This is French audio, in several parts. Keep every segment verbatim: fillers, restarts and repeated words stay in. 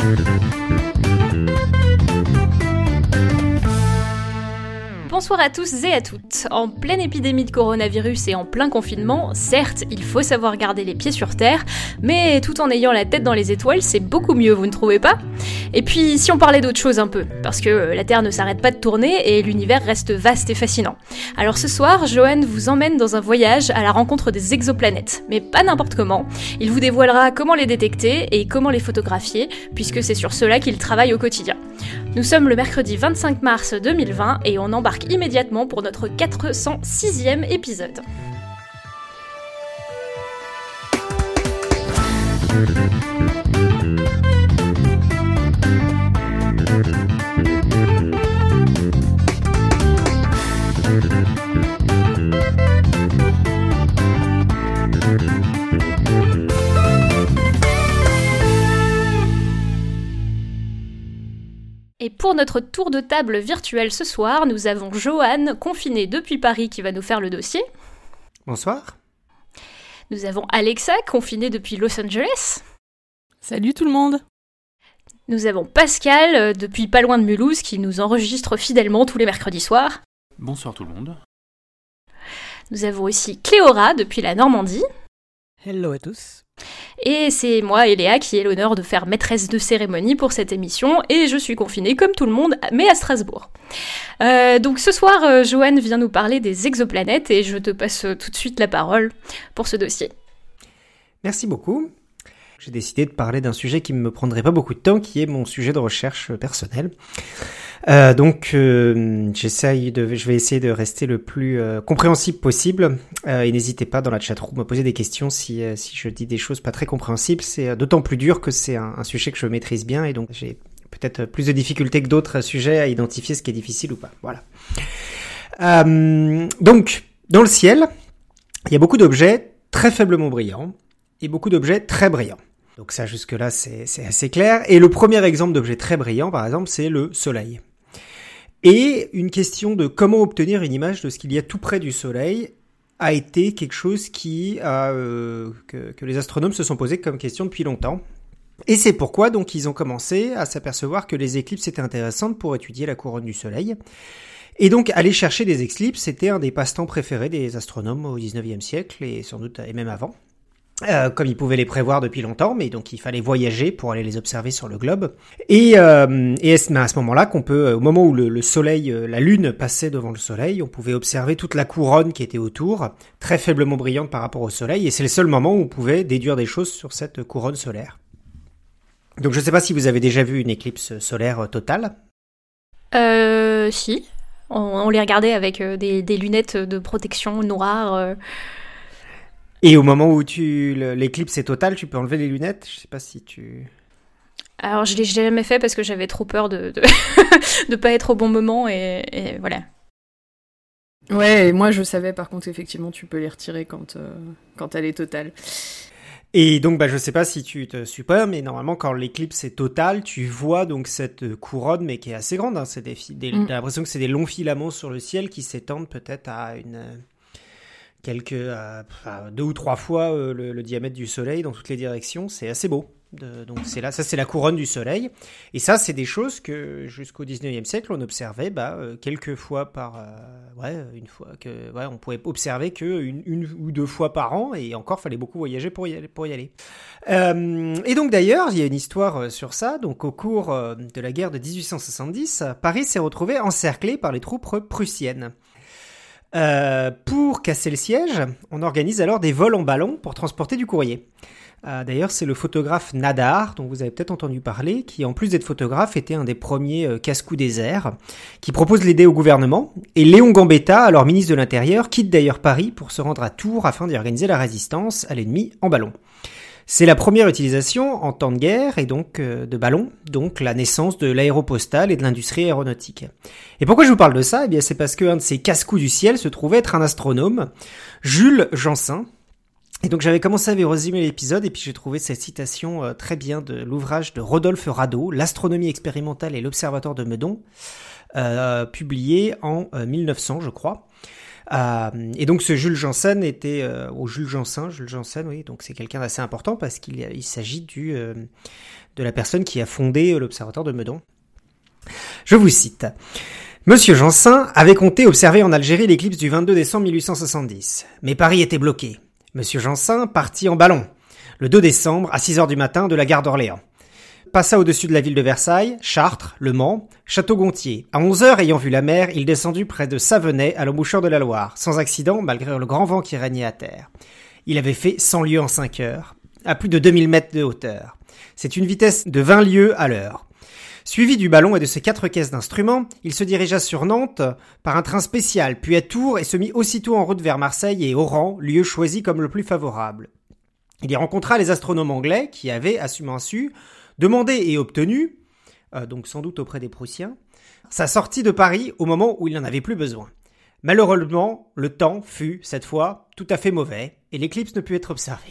Bonsoir à tous et à toutes. En pleine épidémie de coronavirus et en plein confinement, certes, il faut savoir garder les pieds sur terre, mais tout en ayant la tête dans les étoiles, c'est beaucoup mieux, vous ne trouvez pas ? Et puis, si on parlait d'autre chose un peu, parce que la Terre ne s'arrête pas de tourner et l'univers reste vaste et fascinant. Alors ce soir, Johan vous emmène dans un voyage à la rencontre des exoplanètes, mais pas n'importe comment. Il vous dévoilera comment les détecter et comment les photographier, puisque c'est sur cela qu'il travaille au quotidien. Nous sommes le mercredi vingt-cinq mars deux mille vingt et on embarque immédiatement pour notre quatre cent sixième épisode. Et pour notre tour de table virtuel ce soir, nous avons Johan, confiné depuis Paris, qui va nous faire le dossier. Bonsoir. Nous avons Alexa, confinée depuis Los Angeles. Salut tout le monde. Nous avons Pascal, euh, depuis pas loin de Mulhouse, qui nous enregistre fidèlement tous les mercredis soirs. Bonsoir tout le monde. Nous avons aussi Cléora, depuis la Normandie. Hello à tous. Et c'est moi et Léa qui ai l'honneur de faire maîtresse de cérémonie pour cette émission, et je suis confinée comme tout le monde, mais à Strasbourg. Euh, donc ce soir, euh, Johan vient nous parler des exoplanètes, et je te passe tout de suite la parole pour ce dossier. Merci beaucoup. J'ai décidé de parler d'un sujet qui ne me prendrait pas beaucoup de temps, qui est mon sujet de recherche personnel. Euh, donc, euh, j'essaye de, je vais essayer de rester le plus euh, compréhensible possible. Euh, et n'hésitez pas dans la chatroom à me poser des questions si, euh, si je dis des choses pas très compréhensibles. C'est euh, d'autant plus dur que c'est un, un sujet que je maîtrise bien, et donc j'ai peut-être plus de difficultés que d'autres sujets à identifier ce qui est difficile ou pas. Voilà. Euh, donc, dans le ciel, il y a beaucoup d'objets très faiblement brillants et beaucoup d'objets très brillants. Donc ça, jusque-là, c'est, c'est assez clair. Et le premier exemple d'objet très brillant, par exemple, c'est le Soleil. Et une question de comment obtenir une image de ce qu'il y a tout près du Soleil a été quelque chose qui a, euh, que, que les astronomes se sont posés comme question depuis longtemps. Et c'est pourquoi donc ils ont commencé à s'apercevoir que les éclipses étaient intéressantes pour étudier la couronne du Soleil. Et donc aller chercher des éclipses, c'était un des passe-temps préférés des astronomes au dix-neuvième siècle et sans doute et même avant. Euh, comme ils pouvaient les prévoir depuis longtemps, mais donc il fallait voyager pour aller les observer sur le globe. Et, euh, et à ce moment-là, qu'on peut, au moment où le, le soleil, la lune passait devant le soleil, on pouvait observer toute la couronne qui était autour, très faiblement brillante par rapport au soleil, et c'est le seul moment où on pouvait déduire des choses sur cette couronne solaire. Donc je ne sais pas si vous avez déjà vu une éclipse solaire totale. Euh, si. On, on les regardait avec euh, des, des lunettes de protection noires. Euh... Et au moment où tu l'éclipse est totale, tu peux enlever les lunettes. Je sais pas si tu. Alors je l'ai jamais fait parce que j'avais trop peur de de, de pas être au bon moment et, et voilà. Ouais, et moi je savais par contre effectivement tu peux les retirer quand euh, quand elle est totale. Et donc bah je sais pas si tu te suis pas, mais normalement quand l'éclipse est totale, tu vois donc cette couronne mais qui est assez grande. Hein, c'est des, des mm. T'as l'impression que c'est des longs filaments sur le ciel qui s'étendent peut-être à une quelques euh, enfin, deux ou trois fois euh, le, le diamètre du Soleil dans toutes les directions. C'est assez beau. De, donc c'est là, ça c'est la couronne du Soleil. Et ça c'est des choses que jusqu'au dix-neuvième siècle on observait bah, euh, quelques fois par euh, ouais une fois que ouais on pouvait observer que une, une ou deux fois par an et encore fallait beaucoup voyager pour y aller. Pour y aller. Euh, et donc d'ailleurs il y a une histoire sur ça. Donc au cours euh, de la guerre de dix-huit cent soixante-dix, Paris s'est retrouvé encerclé par les troupes prussiennes. Euh, pour casser le siège, on organise alors des vols en ballon pour transporter du courrier. Euh, d'ailleurs, c'est le photographe Nadar, dont vous avez peut-être entendu parler, qui en plus d'être photographe, était un des premiers euh, casse-cou des airs, qui propose l'aider au gouvernement. Et Léon Gambetta, alors ministre de l'Intérieur, quitte d'ailleurs Paris pour se rendre à Tours afin d'y organiser la résistance à l'ennemi en ballon. C'est la première utilisation en temps de guerre et donc euh, de ballons, donc la naissance de l'aéropostale et de l'industrie aéronautique. Et pourquoi je vous parle de ça ? Eh bien, c'est parce qu'un de ces casse-coups du ciel se trouvait être un astronome, Jules Jansin. Et donc j'avais commencé à résumer l'épisode et puis j'ai trouvé cette citation euh, très bien de l'ouvrage de Rodolphe Rado, L'astronomie expérimentale et l'observatoire de Meudon, euh, publié en euh, mille neuf cents, je crois. Euh, et donc ce Jules Janssen était, euh, ou Jules Janssen, Jules Janssen, oui, donc c'est quelqu'un d'assez important parce qu'il il s'agit du, euh, de la personne qui a fondé l'Observatoire de Meudon. Je vous cite. Monsieur Janssen avait compté observer en Algérie l'éclipse du vingt-deux décembre mille huit cent soixante-dix. Mais Paris était bloqué. Monsieur Janssen partit en ballon, le deux décembre à six heures du matin de la gare d'Orléans. Passa au-dessus de la ville de Versailles, Chartres, Le Mans, Château-Gontier. À onze heures, ayant vu la mer, il descendit près de Savenay, à l'embouchure de la Loire, sans accident malgré le grand vent qui régnait à terre. Il avait fait cent lieues en cinq heures, à plus de deux mille mètres de hauteur. C'est une vitesse de vingt lieues à l'heure. Suivi du ballon et de ses quatre caisses d'instruments, il se dirigea sur Nantes par un train spécial, puis à Tours et se mit aussitôt en route vers Marseille et Oran, lieu choisi comme le plus favorable. Il y rencontra les astronomes anglais qui avaient, assumant su, demandé et obtenu, euh, donc sans doute auprès des Prussiens, sa sortie de Paris au moment où il n'en avait plus besoin. Malheureusement, le temps fut, cette fois, tout à fait mauvais, et l'éclipse ne put être observée.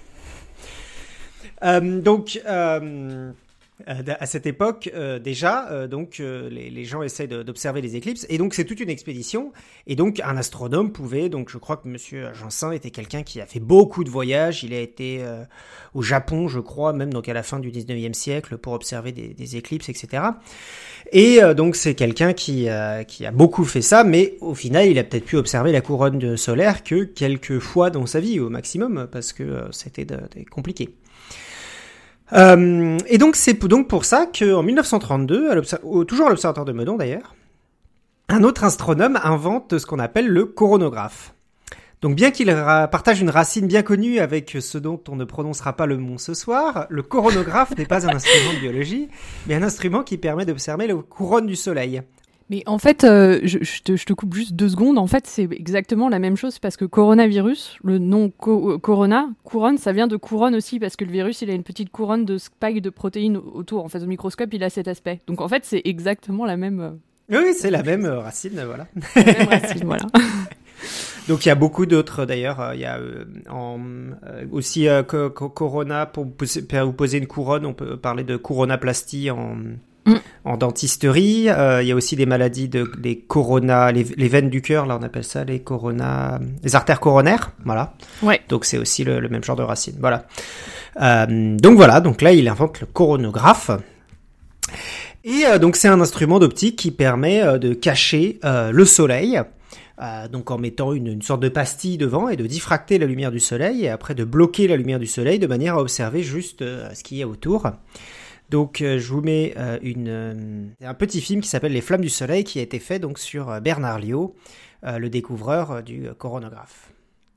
Euh, donc, euh, à cette époque, euh, déjà, euh, donc euh, les, les gens essayent de, d'observer les éclipses, et donc c'est toute une expédition, et donc un astronome pouvait, donc je crois que Monsieur Janssen était quelqu'un qui a fait beaucoup de voyages, il a été euh, au Japon, je crois, même donc à la fin du dix-neuvième siècle, pour observer des, des éclipses, et cetera. Et euh, donc c'est quelqu'un qui, euh, qui a beaucoup fait ça, mais au final, il a peut-être pu observer la couronne solaire que quelques fois dans sa vie, au maximum, parce que euh, c'était de, de compliqué. Euh, et donc c'est donc pour ça qu'en mille neuf cent trente-deux, à au, toujours à l'Observatoire de Meudon d'ailleurs, un autre astronome invente ce qu'on appelle le coronographe. Donc bien qu'il ra- partage une racine bien connue avec ce dont on ne prononcera pas le nom ce soir, le coronographe n'est pas un instrument de biologie, mais un instrument qui permet d'observer la couronne du Soleil. Mais en fait, euh, je, je, te, je te coupe juste deux secondes. En fait, c'est exactement la même chose parce que coronavirus, le nom co- corona, couronne, ça vient de couronne aussi parce que le virus, il a une petite couronne de spike de protéines autour. En fait, au microscope, il a cet aspect. Donc en fait, c'est exactement la même. Euh, oui, c'est la même euh, racine, voilà. La même racine, voilà. Donc il y a beaucoup d'autres d'ailleurs. Il y a euh, en, euh, aussi euh, co- co- corona pour vous poser une couronne. On peut parler de coronaplastie en. Mm. En dentisterie, euh, il y a aussi des maladies de les corona, les, les veines du cœur, là on appelle ça les corona, les artères coronaires, voilà. Ouais. Donc c'est aussi le, le même genre de racine, voilà. Euh, donc voilà, donc là il invente le coronographe. Et euh, donc c'est un instrument d'optique qui permet euh, de cacher euh, le soleil, euh, donc en mettant une, une sorte de pastille devant et de diffracter la lumière du soleil et après de bloquer la lumière du soleil de manière à observer juste euh, ce qu'il y a autour. Donc euh, je vous mets euh, une, euh, un petit film qui s'appelle Les Flammes du Soleil qui a été fait donc sur euh, Bernard Liot, euh, le découvreur euh, du euh, coronographe.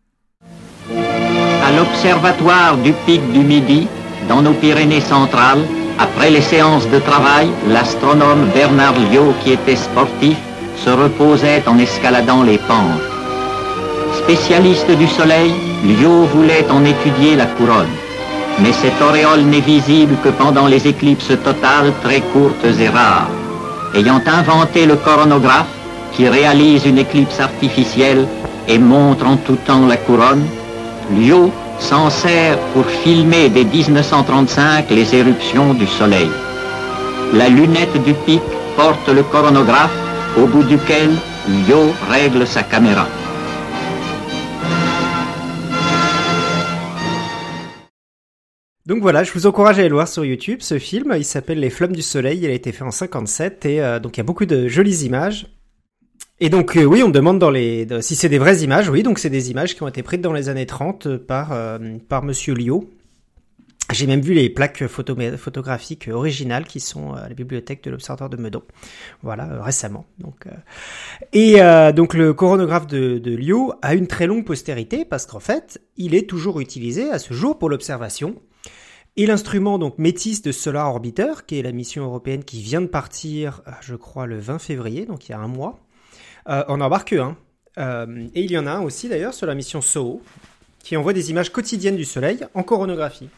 À l'observatoire du Pic du Midi, dans nos Pyrénées centrales, après les séances de travail, l'astronome Bernard Liot, qui était sportif, se reposait en escaladant les pentes. Spécialiste du Soleil, Liot voulait en étudier la couronne. Mais cette auréole n'est visible que pendant les éclipses totales très courtes et rares. Ayant inventé le coronographe, qui réalise une éclipse artificielle et montre en tout temps la couronne, Liot s'en sert pour filmer dès dix-neuf cent trente-cinq les éruptions du Soleil. La lunette du Pic porte le coronographe, au bout duquel Liot règle sa caméra. Donc voilà, je vous encourage à aller le voir sur YouTube, ce film, il s'appelle Les Flammes du Soleil, il a été fait en cinquante-sept, et euh, donc il y a beaucoup de jolies images. Et donc euh, oui, on me demande dans les, de, si c'est des vraies images, oui, donc c'est des images qui ont été prises dans les années trente par, euh, par Monsieur Liot. J'ai même vu les plaques photo- photographiques originales qui sont à la bibliothèque de l'Observatoire de Meudon, voilà, euh, récemment. Donc, euh... Et euh, donc le coronographe de, de Liot a une très longue postérité, parce qu'en fait, il est toujours utilisé à ce jour pour l'observation. Et l'instrument donc Métis de Solar Orbiter, qui est la mission européenne qui vient de partir, je crois, le vingt février, donc il y a un mois, euh, on embarque un. Euh, et il y en a un aussi d'ailleurs sur la mission SOHO, qui envoie des images quotidiennes du Soleil en coronographie.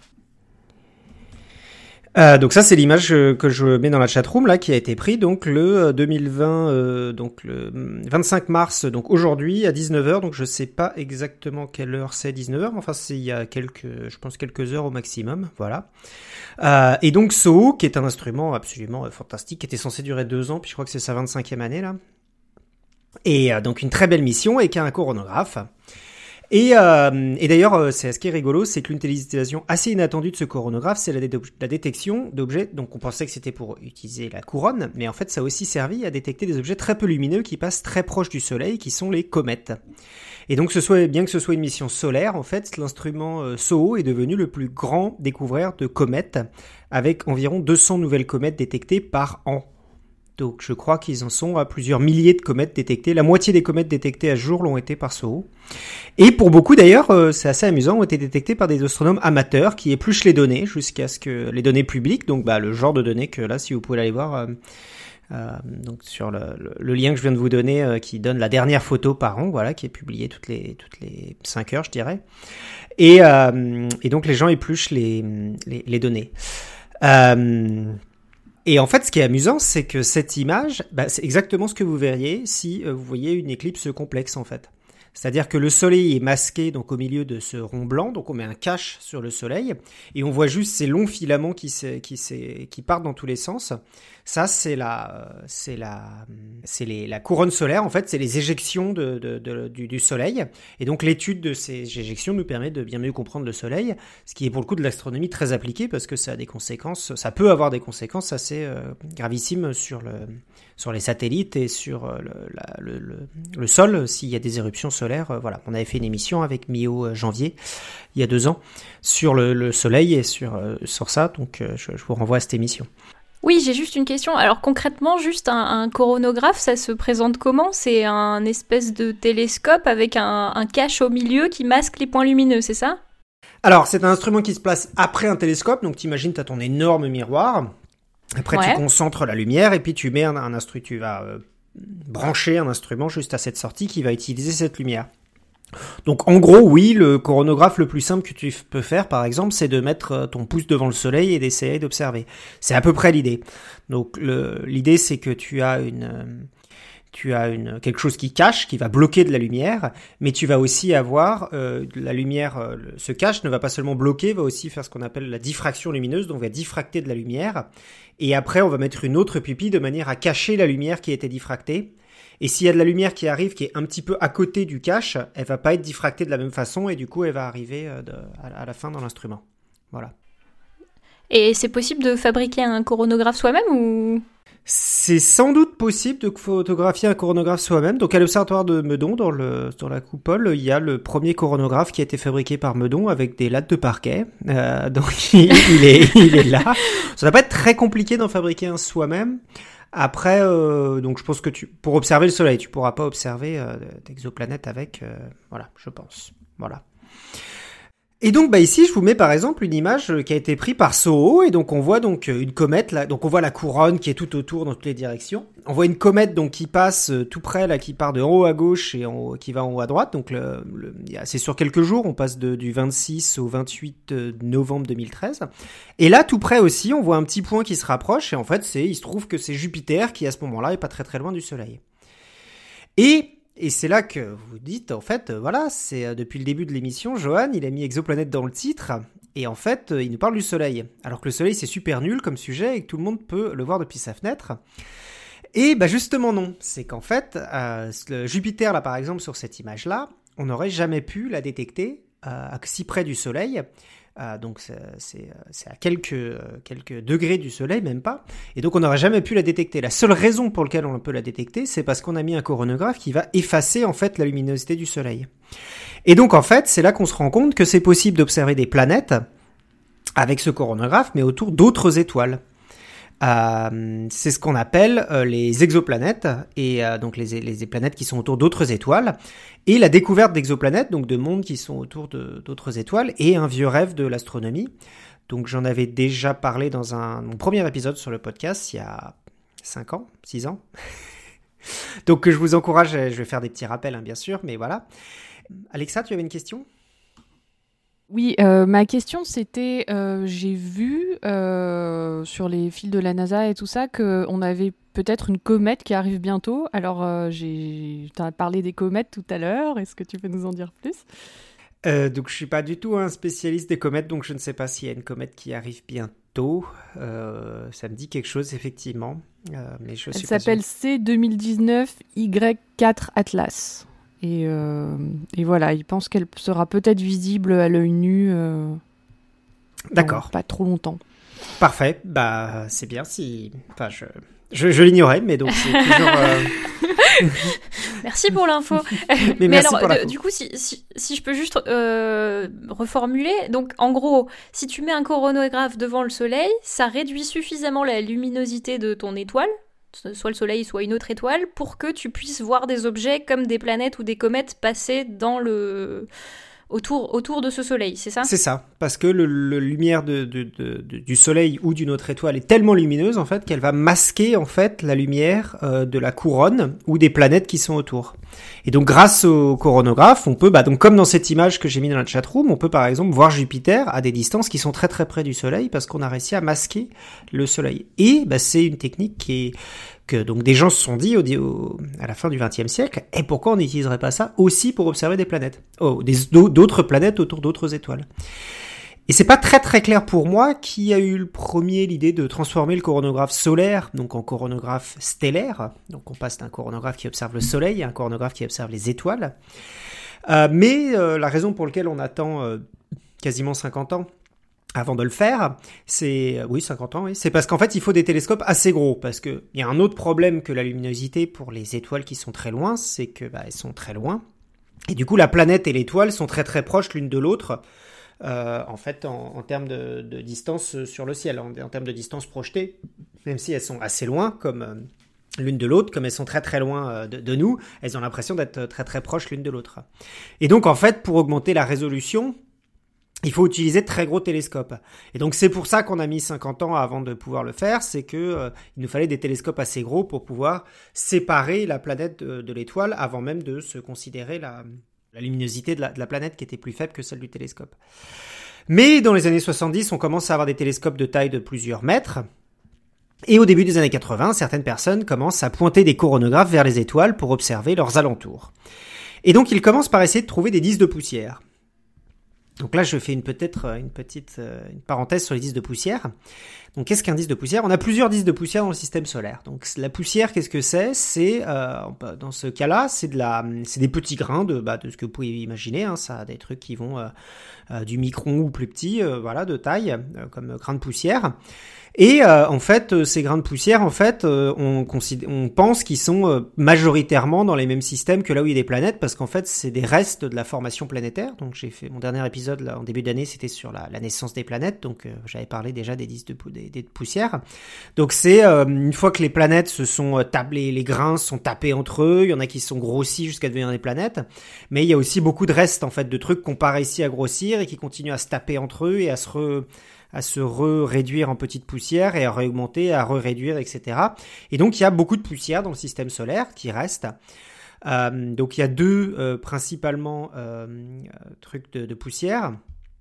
Euh, donc ça c'est l'image que je mets dans la chatroom là, qui a été prise donc le deux mille vingt, euh, donc le vingt-cinq mars, donc aujourd'hui à dix-neuf heures, donc je sais pas exactement quelle heure c'est, dix-neuf heures, mais enfin c'est il y a quelques, je pense quelques heures au maximum, voilà. Euh, et donc SOHO, qui est un instrument absolument euh, fantastique, qui était censé durer deux ans, puis je crois que c'est sa vingt-cinquième année là. Et euh, donc une très belle mission avec un coronographe. Et, euh, et d'ailleurs, c'est ce qui est rigolo, c'est que l'utilisation assez inattendue de ce coronographe, c'est la, dé- la détection d'objets. Donc on pensait que c'était pour utiliser la couronne, mais en fait ça a aussi servi à détecter des objets très peu lumineux qui passent très proche du Soleil, qui sont les comètes. Et donc ce soit, bien que ce soit une mission solaire, en fait, l'instrument euh, SOHO est devenu le plus grand découvreur de comètes, avec environ deux cents nouvelles comètes détectées par an. Donc je crois qu'ils en sont à plusieurs milliers de comètes détectées. La moitié des comètes détectées à ce jour l'ont été par SOHO. Et pour beaucoup d'ailleurs, euh, c'est assez amusant, ont été détectées par des astronomes amateurs qui épluchent les données jusqu'à ce que les données publiques, donc bah, le genre de données que là, si vous pouvez aller voir, euh, euh, donc sur le, le, le lien que je viens de vous donner, euh, qui donne la dernière photo par an, voilà, qui est publiée toutes les toutes les cinq heures, je dirais. Et, euh, et donc les gens épluchent les les, les données. Euh, Et en fait, ce qui est amusant, c'est que cette image, bah, c'est exactement ce que vous verriez si euh, vous voyez une éclipse complexe, en fait. C'est-à-dire que le Soleil est masqué donc au milieu de ce rond blanc, donc on met un cache sur le Soleil, et on voit juste ces longs filaments qui, qui, qui partent dans tous les sens. Ça, c'est la, c'est la, c'est les, la couronne solaire. En fait, c'est les éjections de, de, de, du, du Soleil. Et donc, l'étude de ces éjections nous permet de bien mieux comprendre le Soleil, ce qui est pour le coup de l'astronomie très appliquée parce que ça a des conséquences, ça peut avoir des conséquences assez euh, gravissimes sur le, sur les satellites et sur le, la, le, le, le sol s'il y a des éruptions solaires. Euh, voilà, on avait fait une émission avec Mio Janvier il y a deux ans sur le, le Soleil et sur euh, sur ça. Donc, euh, je, je vous renvoie à cette émission. Oui, j'ai juste une question. Alors concrètement, juste un, un coronographe, ça se présente comment ? C'est un espèce de télescope avec un, un cache au milieu qui masque les points lumineux, c'est ça ? Alors, c'est un instrument qui se place après un télescope. Donc, t'imagines, t'as ton énorme miroir. Après, ouais. Tu concentres la lumière et puis tu mets un, un instrument. Tu vas euh, brancher un instrument juste à cette sortie qui va utiliser cette lumière. Donc en gros, oui, le coronographe le plus simple que tu peux faire, par exemple, c'est de mettre ton pouce devant le soleil et d'essayer d'observer. C'est à peu près l'idée. Donc le, l'idée, c'est que tu as une, tu as une quelque chose qui cache, qui va bloquer de la lumière, mais tu vas aussi avoir euh, la lumière. Euh, ce cache ne va pas seulement bloquer, va aussi faire ce qu'on appelle la diffraction lumineuse, donc va diffracter de la lumière. Et après, on va mettre une autre pupille de manière à cacher la lumière qui a été diffractée. Et s'il y a de la lumière qui arrive, qui est un petit peu à côté du cache, elle va pas être diffractée de la même façon et du coup, elle va arriver de, à la fin dans l'instrument. Voilà. Et c'est possible de fabriquer un coronographe soi-même ou... C'est sans doute possible de photographier un coronographe soi-même. Donc à l'observatoire de Meudon, dans, le, dans la coupole, il y a le premier coronographe qui a été fabriqué par Meudon avec des lattes de parquet. Euh, donc il, il, est, il est là. Ça va pas être très compliqué d'en fabriquer un soi-même. Après, euh, donc je pense que tu, pour observer le Soleil, tu pourras pas observer euh, d'exoplanètes avec, euh, voilà, je pense, voilà. Et donc, bah ici, je vous mets par exemple une image qui a été prise par SOHO, et donc on voit donc une comète là, donc on voit la couronne qui est tout autour dans toutes les directions. On voit une comète donc qui passe tout près là, qui part de en haut à gauche et en haut, qui va en haut à droite. Donc le, le, c'est sur quelques jours, on passe de, du vingt-six au vingt-huit novembre deux mille treize. Et là, tout près aussi, on voit un petit point qui se rapproche, et en fait, c'est, il se trouve que c'est Jupiter qui à ce moment-là est pas très très loin du Soleil. Et Et c'est là que vous dites, en fait, voilà, c'est euh, depuis le début de l'émission, Johan, il a mis exoplanète dans le titre, et en fait, euh, il nous parle du Soleil. Alors que le Soleil, c'est super nul comme sujet, et que tout le monde peut le voir depuis sa fenêtre. Et bah justement non, c'est qu'en fait, euh, le Jupiter, là par exemple, sur cette image-là, on n'aurait jamais pu la détecter euh, si près du Soleil. Euh, donc c'est, c'est, c'est à quelques, euh, quelques degrés du Soleil, même pas. Et donc on n'aurait jamais pu la détecter. La seule raison pour laquelle on peut la détecter, c'est parce qu'on a mis un coronographe qui va effacer en fait la luminosité du Soleil. Et donc en fait, c'est là qu'on se rend compte que c'est possible d'observer des planètes avec ce coronographe, mais autour d'autres étoiles. Euh, c'est ce qu'on appelle euh, les exoplanètes, et euh, donc les, les planètes qui sont autour d'autres étoiles, et la découverte d'exoplanètes, donc de mondes qui sont autour de, d'autres étoiles, est un vieux rêve de l'astronomie. Donc j'en avais déjà parlé dans un, mon premier épisode sur le podcast il y a cinq ans, six ans. Donc je vous encourage, je vais faire des petits rappels hein, bien sûr, mais voilà. Alexa, tu avais une question ? Oui, euh, ma question c'était, euh, j'ai vu euh, sur les fils de la NASA et tout ça qu'on avait peut-être une comète qui arrive bientôt. Alors, euh, j'ai, tu as parlé des comètes tout à l'heure, est-ce que tu peux nous en dire plus ? euh, Donc, je ne suis pas du tout un spécialiste des comètes, donc je ne sais pas s'il y a une comète qui arrive bientôt. photo. Euh, ça me dit quelque chose, effectivement. Euh, mais je Elle suis pas s'appelle sûr. C deux mille dix-neuf Y quatre Atlas. Et, euh, et voilà, il pense qu'elle sera peut-être visible à l'œil nu euh, D'accord. dans pas trop longtemps. Parfait. Bah, c'est bien si... Enfin, je, je, je l'ignorais, mais donc c'est toujours... Euh... Merci pour l'info. Mais, Mais merci alors, pour de- l'info. du coup, si, si, si je peux juste euh, reformuler, donc en gros, si tu mets un coronographe devant le soleil, ça réduit suffisamment la luminosité de ton étoile, soit le soleil, soit une autre étoile, pour que tu puisses voir des objets comme des planètes ou des comètes passer dans le... autour, autour de ce soleil, c'est ça ? C'est ça, parce que le, le lumière de, de, de, de- du soleil ou d'une autre étoile est tellement lumineuse en fait qu'elle va masquer en fait la lumière euh, de la couronne ou des planètes qui sont autour. Et donc grâce au coronographe, on peut, bah donc comme dans cette image que j'ai mis dans la chatroom, on peut par exemple voir Jupiter à des distances qui sont très très près du soleil parce qu'on a réussi à masquer le soleil. Et bah, c'est une technique qui est que donc des gens se sont dit au, au, à la fin du vingtième siècle, et pourquoi on n'utiliserait pas ça aussi pour observer des planètes, oh, des, d'autres planètes autour d'autres étoiles. Et c'est pas très très clair pour moi qui a eu le premier l'idée de transformer le coronographe solaire donc en coronographe stellaire. Donc on passe d'un coronographe qui observe le soleil à un coronographe qui observe les étoiles. Euh, mais euh, la raison pour laquelle on attend euh, quasiment cinquante ans avant de le faire, c'est... Oui, cinquante ans, oui. C'est parce qu'en fait, il faut des télescopes assez gros, parce que il y a un autre problème que la luminosité pour les étoiles qui sont très loin, c'est que bah, elles sont très loin. Et du coup, la planète et l'étoile sont très très proches l'une de l'autre, euh, en fait, en, en termes de, de distance sur le ciel, en, en termes de distance projetée, même si elles sont assez loin, comme... Euh, l'une de l'autre, comme elles sont très très loin de, de nous, elles ont l'impression d'être très très proches l'une de l'autre. Et donc, en fait, pour augmenter la résolution, il faut utiliser de très gros télescopes. Et donc c'est pour ça qu'on a mis cinquante ans avant de pouvoir le faire, c'est que euh, il nous fallait des télescopes assez gros pour pouvoir séparer la planète de, de l'étoile avant même de se considérer la, la luminosité de la, de la planète qui était plus faible que celle du télescope. Mais dans les années soixante-dix, on commence à avoir des télescopes de taille de plusieurs mètres. Et au début des années quatre-vingts, certaines personnes commencent à pointer des coronographes vers les étoiles pour observer leurs alentours. Et donc ils commencent par essayer de trouver des disques de poussière. Donc là, je fais une, peut-être une petite euh, une parenthèse sur les disques de poussière. Donc, qu'est-ce qu'un disque de poussière ? On a plusieurs disques de poussière dans le système solaire. Donc, la poussière, qu'est-ce que c'est ? C'est, euh, dans ce cas-là, c'est de la, c'est des petits grains de, bah, de ce que vous pouvez imaginer. Hein, ça a des trucs qui vont euh, euh, du micron ou plus petit, euh, voilà, de taille, euh, comme grains de poussière. Et euh, en fait, ces grains de poussière, en fait, euh, on, considère, on pense qu'ils sont euh, majoritairement dans les mêmes systèmes que là où il y a des planètes, parce qu'en fait, c'est des restes de la formation planétaire. Donc, j'ai fait mon dernier épisode là, en début d'année, c'était sur la, la naissance des planètes. Donc, euh, j'avais parlé déjà des disques de, pou- des, des poussières. Donc, c'est euh, une fois que les planètes se sont euh, tablées, les grains sont tapés entre eux. Il y en a qui sont grossis jusqu'à devenir des planètes, mais il y a aussi beaucoup de restes en fait de trucs qu'on pas réussi à grossir et qui continuent à se taper entre eux et à se re à se re-réduire en petites poussières et à re-augmenter, à re-réduire, et cetera. Et donc, il y a beaucoup de poussière dans le système solaire qui reste. Euh, donc, il y a deux, euh, principalement, euh, trucs de, de poussière.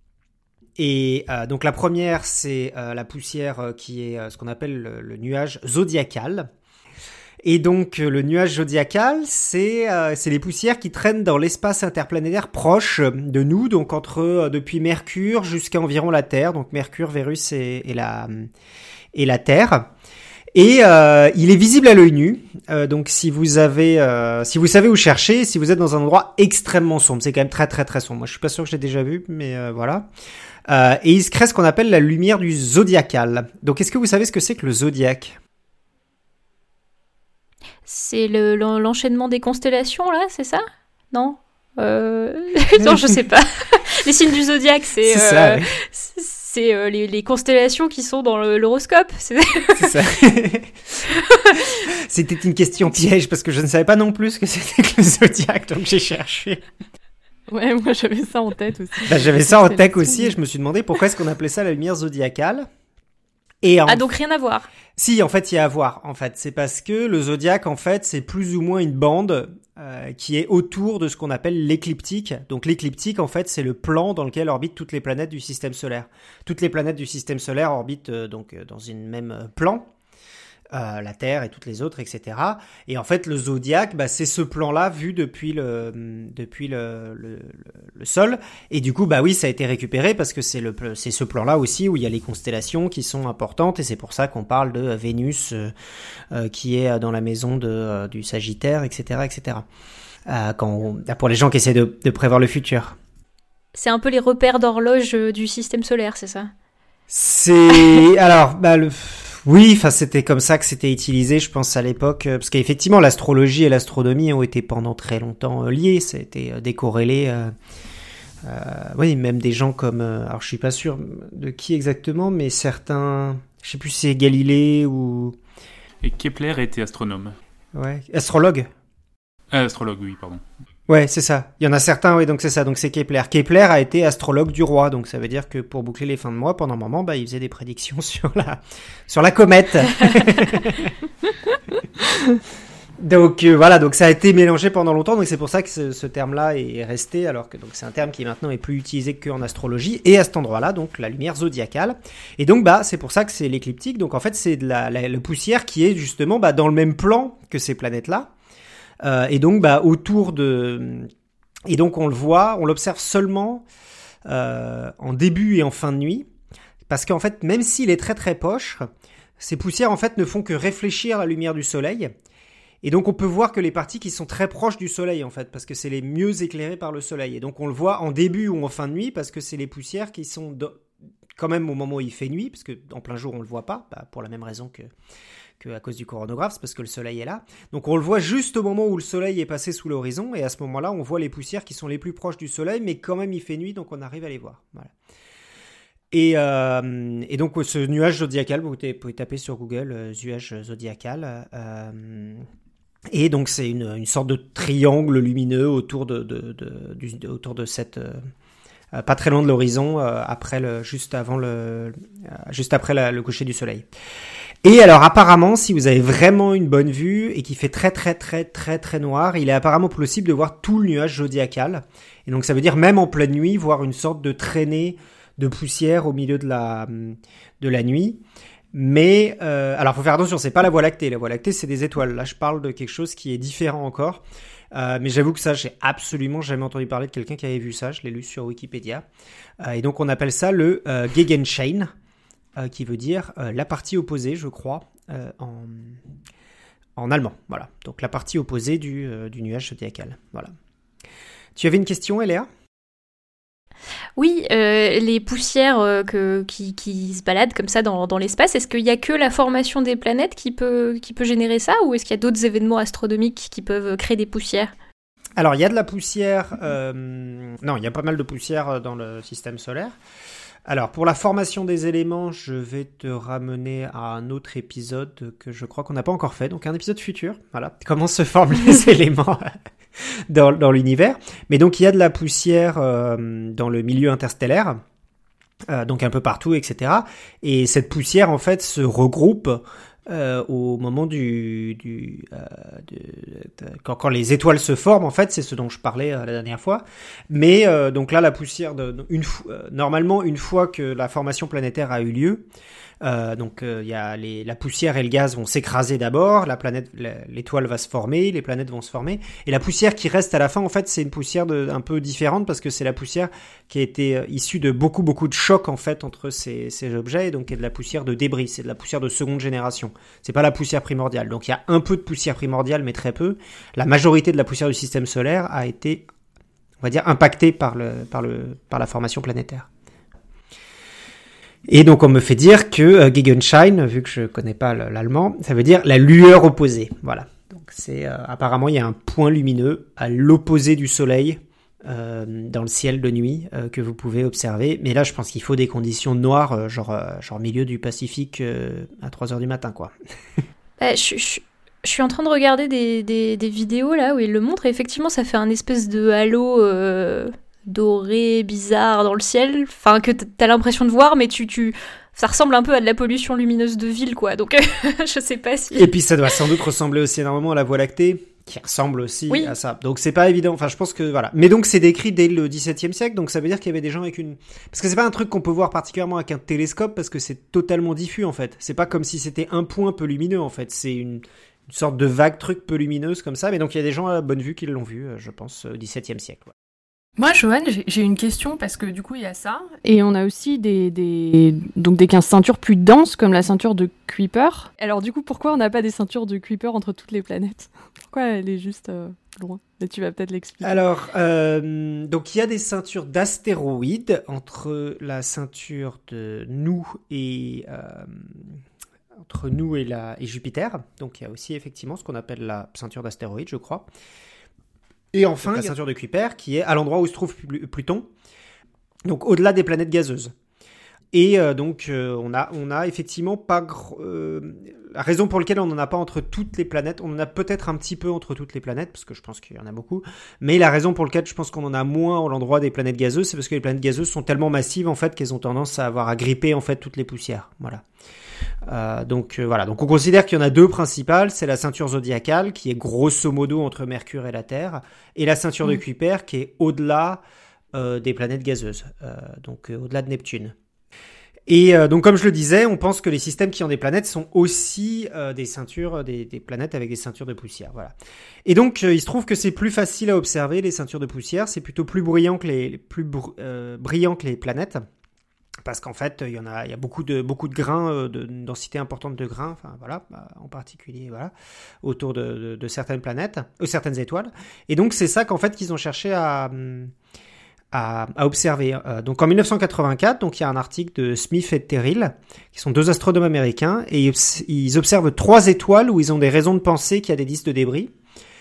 Et euh, donc, la première, c'est euh, la poussière euh, qui est euh, ce qu'on appelle le, le nuage zodiacal. Et donc, euh, le nuage zodiacal, c'est euh, c'est les poussières qui traînent dans l'espace interplanétaire proche de nous, donc entre euh, depuis Mercure jusqu'à environ la Terre, donc Mercure, Vénus et, et, la, et la Terre. Et euh, il est visible à l'œil nu, euh, donc si vous avez, euh, si vous savez où chercher, si vous êtes dans un endroit extrêmement sombre, c'est quand même très très très sombre. Moi, je suis pas sûr que je l'ai déjà vu, mais euh, voilà. Euh, et il se crée ce qu'on appelle la lumière du zodiacal. Donc, est-ce que vous savez ce que c'est que le zodiaque ? C'est le, l'enchaînement des constellations, là, c'est ça ? Non euh... Non, je sais pas. Les signes du zodiaque, c'est, c'est, euh, ça, ouais. c'est, c'est euh, les, les constellations qui sont dans le, l'horoscope. C'est, c'est ça. C'était une question piège parce que je ne savais pas non plus ce que c'était que le zodiaque, donc j'ai cherché. Ouais, moi j'avais ça en tête aussi. Bah, j'avais ça en tête aussi et je me suis demandé pourquoi est-ce qu'on appelait ça la lumière zodiacale. Et en... Ah, donc rien à voir. Si, en fait, il y a à voir. En fait, c'est parce que le zodiaque, en fait, c'est plus ou moins une bande euh, qui est autour de ce qu'on appelle l'écliptique. Donc, l'écliptique, en fait, c'est le plan dans lequel orbitent toutes les planètes du système solaire. Toutes les planètes du système solaire orbitent euh, donc euh, dans une même euh, plan. euh, la Terre et toutes les autres, et cetera. Et en fait, le zodiaque, bah, c'est ce plan-là vu depuis le depuis le, le, le, le sol. Et du coup, bah oui, ça a été récupéré parce que c'est le c'est ce plan-là aussi où il y a les constellations qui sont importantes et c'est pour ça qu'on parle de Vénus euh, euh, qui est dans la maison de euh, du Sagittaire, et cetera, et cetera. Euh, quand on, pour les gens qui essaient de, de prévoir le futur. C'est un peu les repères d'horloge du système solaire, c'est ça ? C'est alors bah le oui, enfin c'était comme ça que c'était utilisé, je pense à l'époque, parce qu'effectivement l'astrologie et l'astronomie ont été pendant très longtemps liées, ça a été décorrélé. Euh, euh, oui, même des gens comme, euh, alors je suis pas sûr de qui exactement, mais certains, je sais plus si c'est Galilée ou. Et Kepler était astronome. Ouais, astrologue. Ah, astrologue, oui, pardon. Ouais, c'est ça. Il y en a certains, oui, donc c'est ça. Donc c'est Kepler. Kepler a été astrologue du roi, donc ça veut dire que pour boucler les fins de mois, pendant un moment, bah, il faisait des prédictions sur la, sur la comète. donc euh, voilà, donc ça a été mélangé pendant longtemps, donc c'est pour ça que ce, ce terme-là est resté, alors que donc c'est un terme qui maintenant est plus utilisé qu'en astrologie et à cet endroit-là, donc la lumière zodiacale. Et donc bah c'est pour ça que c'est l'écliptique. Donc en fait c'est de la, la, la poussière qui est justement bah dans le même plan que ces planètes-là. Euh, et donc, bah, autour de, et donc on le voit, on l'observe seulement euh, en début et en fin de nuit, parce qu'en fait, même s'il est très très proche, ces poussières en fait ne font que réfléchir la lumière du soleil, et donc on peut voir que les parties qui sont très proches du soleil en fait, parce que c'est les mieux éclairées par le soleil, et donc on le voit en début ou en fin de nuit, parce que c'est les poussières qui sont do- quand même au moment où il fait nuit, parce que en plein jour on le voit pas, bah, pour la même raison que que à cause du coronographe, c'est parce que le soleil est là. Donc on le voit juste au moment où le soleil est passé sous l'horizon, et à ce moment-là, on voit les poussières qui sont les plus proches du soleil, mais quand même il fait nuit, donc on arrive à les voir. Voilà. Et, euh, et donc ce nuage zodiacal, vous pouvez, vous pouvez taper sur Google euh, nuage zodiacal, euh, et donc c'est une, une sorte de triangle lumineux autour de, de, de, du, autour de cette... Euh, euh, pas très loin de l'horizon, euh, après le, juste avant le, euh, juste après la, le coucher du soleil. Et alors apparemment, si vous avez vraiment une bonne vue et qu'il fait très très très très très noir, il est apparemment possible de voir tout le nuage zodiacal. Et donc ça veut dire même en pleine nuit, voir une sorte de traînée de poussière au milieu de la de la nuit. Mais euh, alors faut faire attention, c'est pas la Voie lactée. La Voie lactée, c'est des étoiles. Là, je parle de quelque chose qui est différent encore. Euh, mais j'avoue que ça, j'ai absolument jamais entendu parler de quelqu'un qui avait vu ça. Je l'ai lu sur Wikipédia. Euh, et donc on appelle ça le euh, Gegenschein. Euh, qui veut dire euh, la partie opposée, je crois, euh, en, en allemand. Voilà. Donc la partie opposée du, euh, du nuage zodiacal. Voilà. Tu avais une question, Eléa ? Oui, euh, les poussières euh, que, qui, qui se baladent comme ça dans, dans l'espace, est-ce qu'il n'y a que la formation des planètes qui peut, qui peut générer ça, ou est-ce qu'il y a d'autres événements astronomiques qui peuvent créer des poussières ? Alors, il y a de la poussière... Euh... Non, il y a pas mal de poussière dans le système solaire. Alors, pour la formation des éléments, je vais te ramener à un autre épisode que je crois qu'on n'a pas encore fait, donc un épisode futur, voilà, comment se forment les éléments dans, dans l'univers. Mais donc, il y a de la poussière euh, dans le milieu interstellaire, euh, donc un peu partout, et cetera. Et cette poussière, en fait, se regroupe euh, au moment du... du euh, de, de, quand, quand les étoiles se forment, en fait, c'est ce dont je parlais euh, la dernière fois. Mais euh, donc là, la poussière, de, une, euh, normalement, une fois que la formation planétaire a eu lieu, Euh, donc il euh, y a les, la poussière et le gaz vont s'écraser d'abord, la planète, la, l'étoile va se former, les planètes vont se former, et la poussière qui reste à la fin, en fait, c'est une poussière de, un peu différente parce que c'est la poussière qui a été euh, issue de beaucoup beaucoup de chocs en fait entre ces, ces objets, et donc il y a de la poussière de débris, c'est de la poussière de seconde génération. C'est pas la poussière primordiale. Donc il y a un peu de poussière primordiale, mais très peu. La majorité de la poussière du système solaire a été, on va dire, impactée par le par le par la formation planétaire. Et donc on me fait dire que euh, Gegenschein, vu que je connais pas l'allemand, ça veut dire la lueur opposée. Voilà. Donc c'est euh, apparemment il y a un point lumineux à l'opposé du soleil euh, dans le ciel de nuit euh, que vous pouvez observer. Mais là je pense qu'il faut des conditions noires, euh, genre euh, genre milieu du Pacifique euh, à trois heures du matin quoi. bah, je, je, je suis en train de regarder des, des, des vidéos là où ils le montrent et effectivement ça fait un espèce de halo. Euh... doré, bizarre dans le ciel, enfin que t'as l'impression de voir, mais tu, tu, ça ressemble un peu à de la pollution lumineuse de ville, quoi. Donc je sais pas si. Et puis ça doit sans doute ressembler aussi énormément à la Voie lactée, qui ressemble aussi oui. à ça. Donc c'est pas évident. Enfin, je pense que voilà. Mais donc c'est décrit dès le dix-septième siècle. Donc ça veut dire qu'il y avait des gens avec une. Parce que c'est pas un truc qu'on peut voir particulièrement avec un télescope parce que c'est totalement diffus en fait. C'est pas comme si c'était un point peu lumineux en fait. C'est une, une sorte de vague truc peu lumineuse comme ça. Mais donc il y a des gens à bonne vue qui l'ont vu, je pense, au dix-septième siècle. Ouais. Moi, Joanne, j'ai, j'ai une question parce que du coup, il y a ça. Et on a aussi des, des, donc des ceintures plus denses comme la ceinture de Kuiper. Alors du coup, pourquoi on n'a pas des ceintures de Kuiper entre toutes les planètes ? Pourquoi elle est juste euh, loin ? Et tu vas peut-être l'expliquer. Alors, euh, donc il y a des ceintures d'astéroïdes entre la ceinture de nous et euh, entre nous et, la, et Jupiter. Donc il y a aussi effectivement ce qu'on appelle la ceinture d'astéroïdes, je crois. Et enfin, la ceinture de Kuiper, qui est à l'endroit où se trouve Pluton, donc au-delà des planètes gazeuses. Et euh, donc, euh, on a, on a effectivement pas... Gr- euh, la raison pour laquelle on n'en a pas entre toutes les planètes, on en a peut-être un petit peu entre toutes les planètes, parce que je pense qu'il y en a beaucoup, mais la raison pour laquelle je pense qu'on en a moins à l'endroit des planètes gazeuses, c'est parce que les planètes gazeuses sont tellement massives, en fait, qu'elles ont tendance à avoir à gripper, en fait, toutes les poussières. Voilà. Euh, donc euh, voilà, donc on considère qu'il y en a deux principales, c'est la ceinture zodiacale qui est grosso modo entre Mercure et la Terre, et la ceinture mmh. de Kuiper qui est au-delà euh, des planètes gazeuses, euh, donc euh, au-delà de Neptune. Et euh, donc comme je le disais, on pense que les systèmes qui ont des planètes sont aussi euh, des ceintures, des, des planètes avec des ceintures de poussière. Voilà. Et donc euh, il se trouve que c'est plus facile à observer les ceintures de poussière, c'est plutôt plus brillant que les, les plus br- euh, brillant que les planètes. Parce qu'en fait, il y en a, il y a beaucoup de beaucoup de grains, euh, de, une densité importante de grains, enfin voilà, en particulier voilà, autour de, de, de certaines planètes, ou certaines étoiles. Et donc c'est ça qu'en fait qu'ils ont cherché à à, à observer. Euh, donc en dix-neuf cent quatre-vingt-quatre, donc il y a un article de Smith et Terrill, qui sont deux astronomes américains, et ils, ils observent trois étoiles où ils ont des raisons de penser qu'il y a des disques de débris.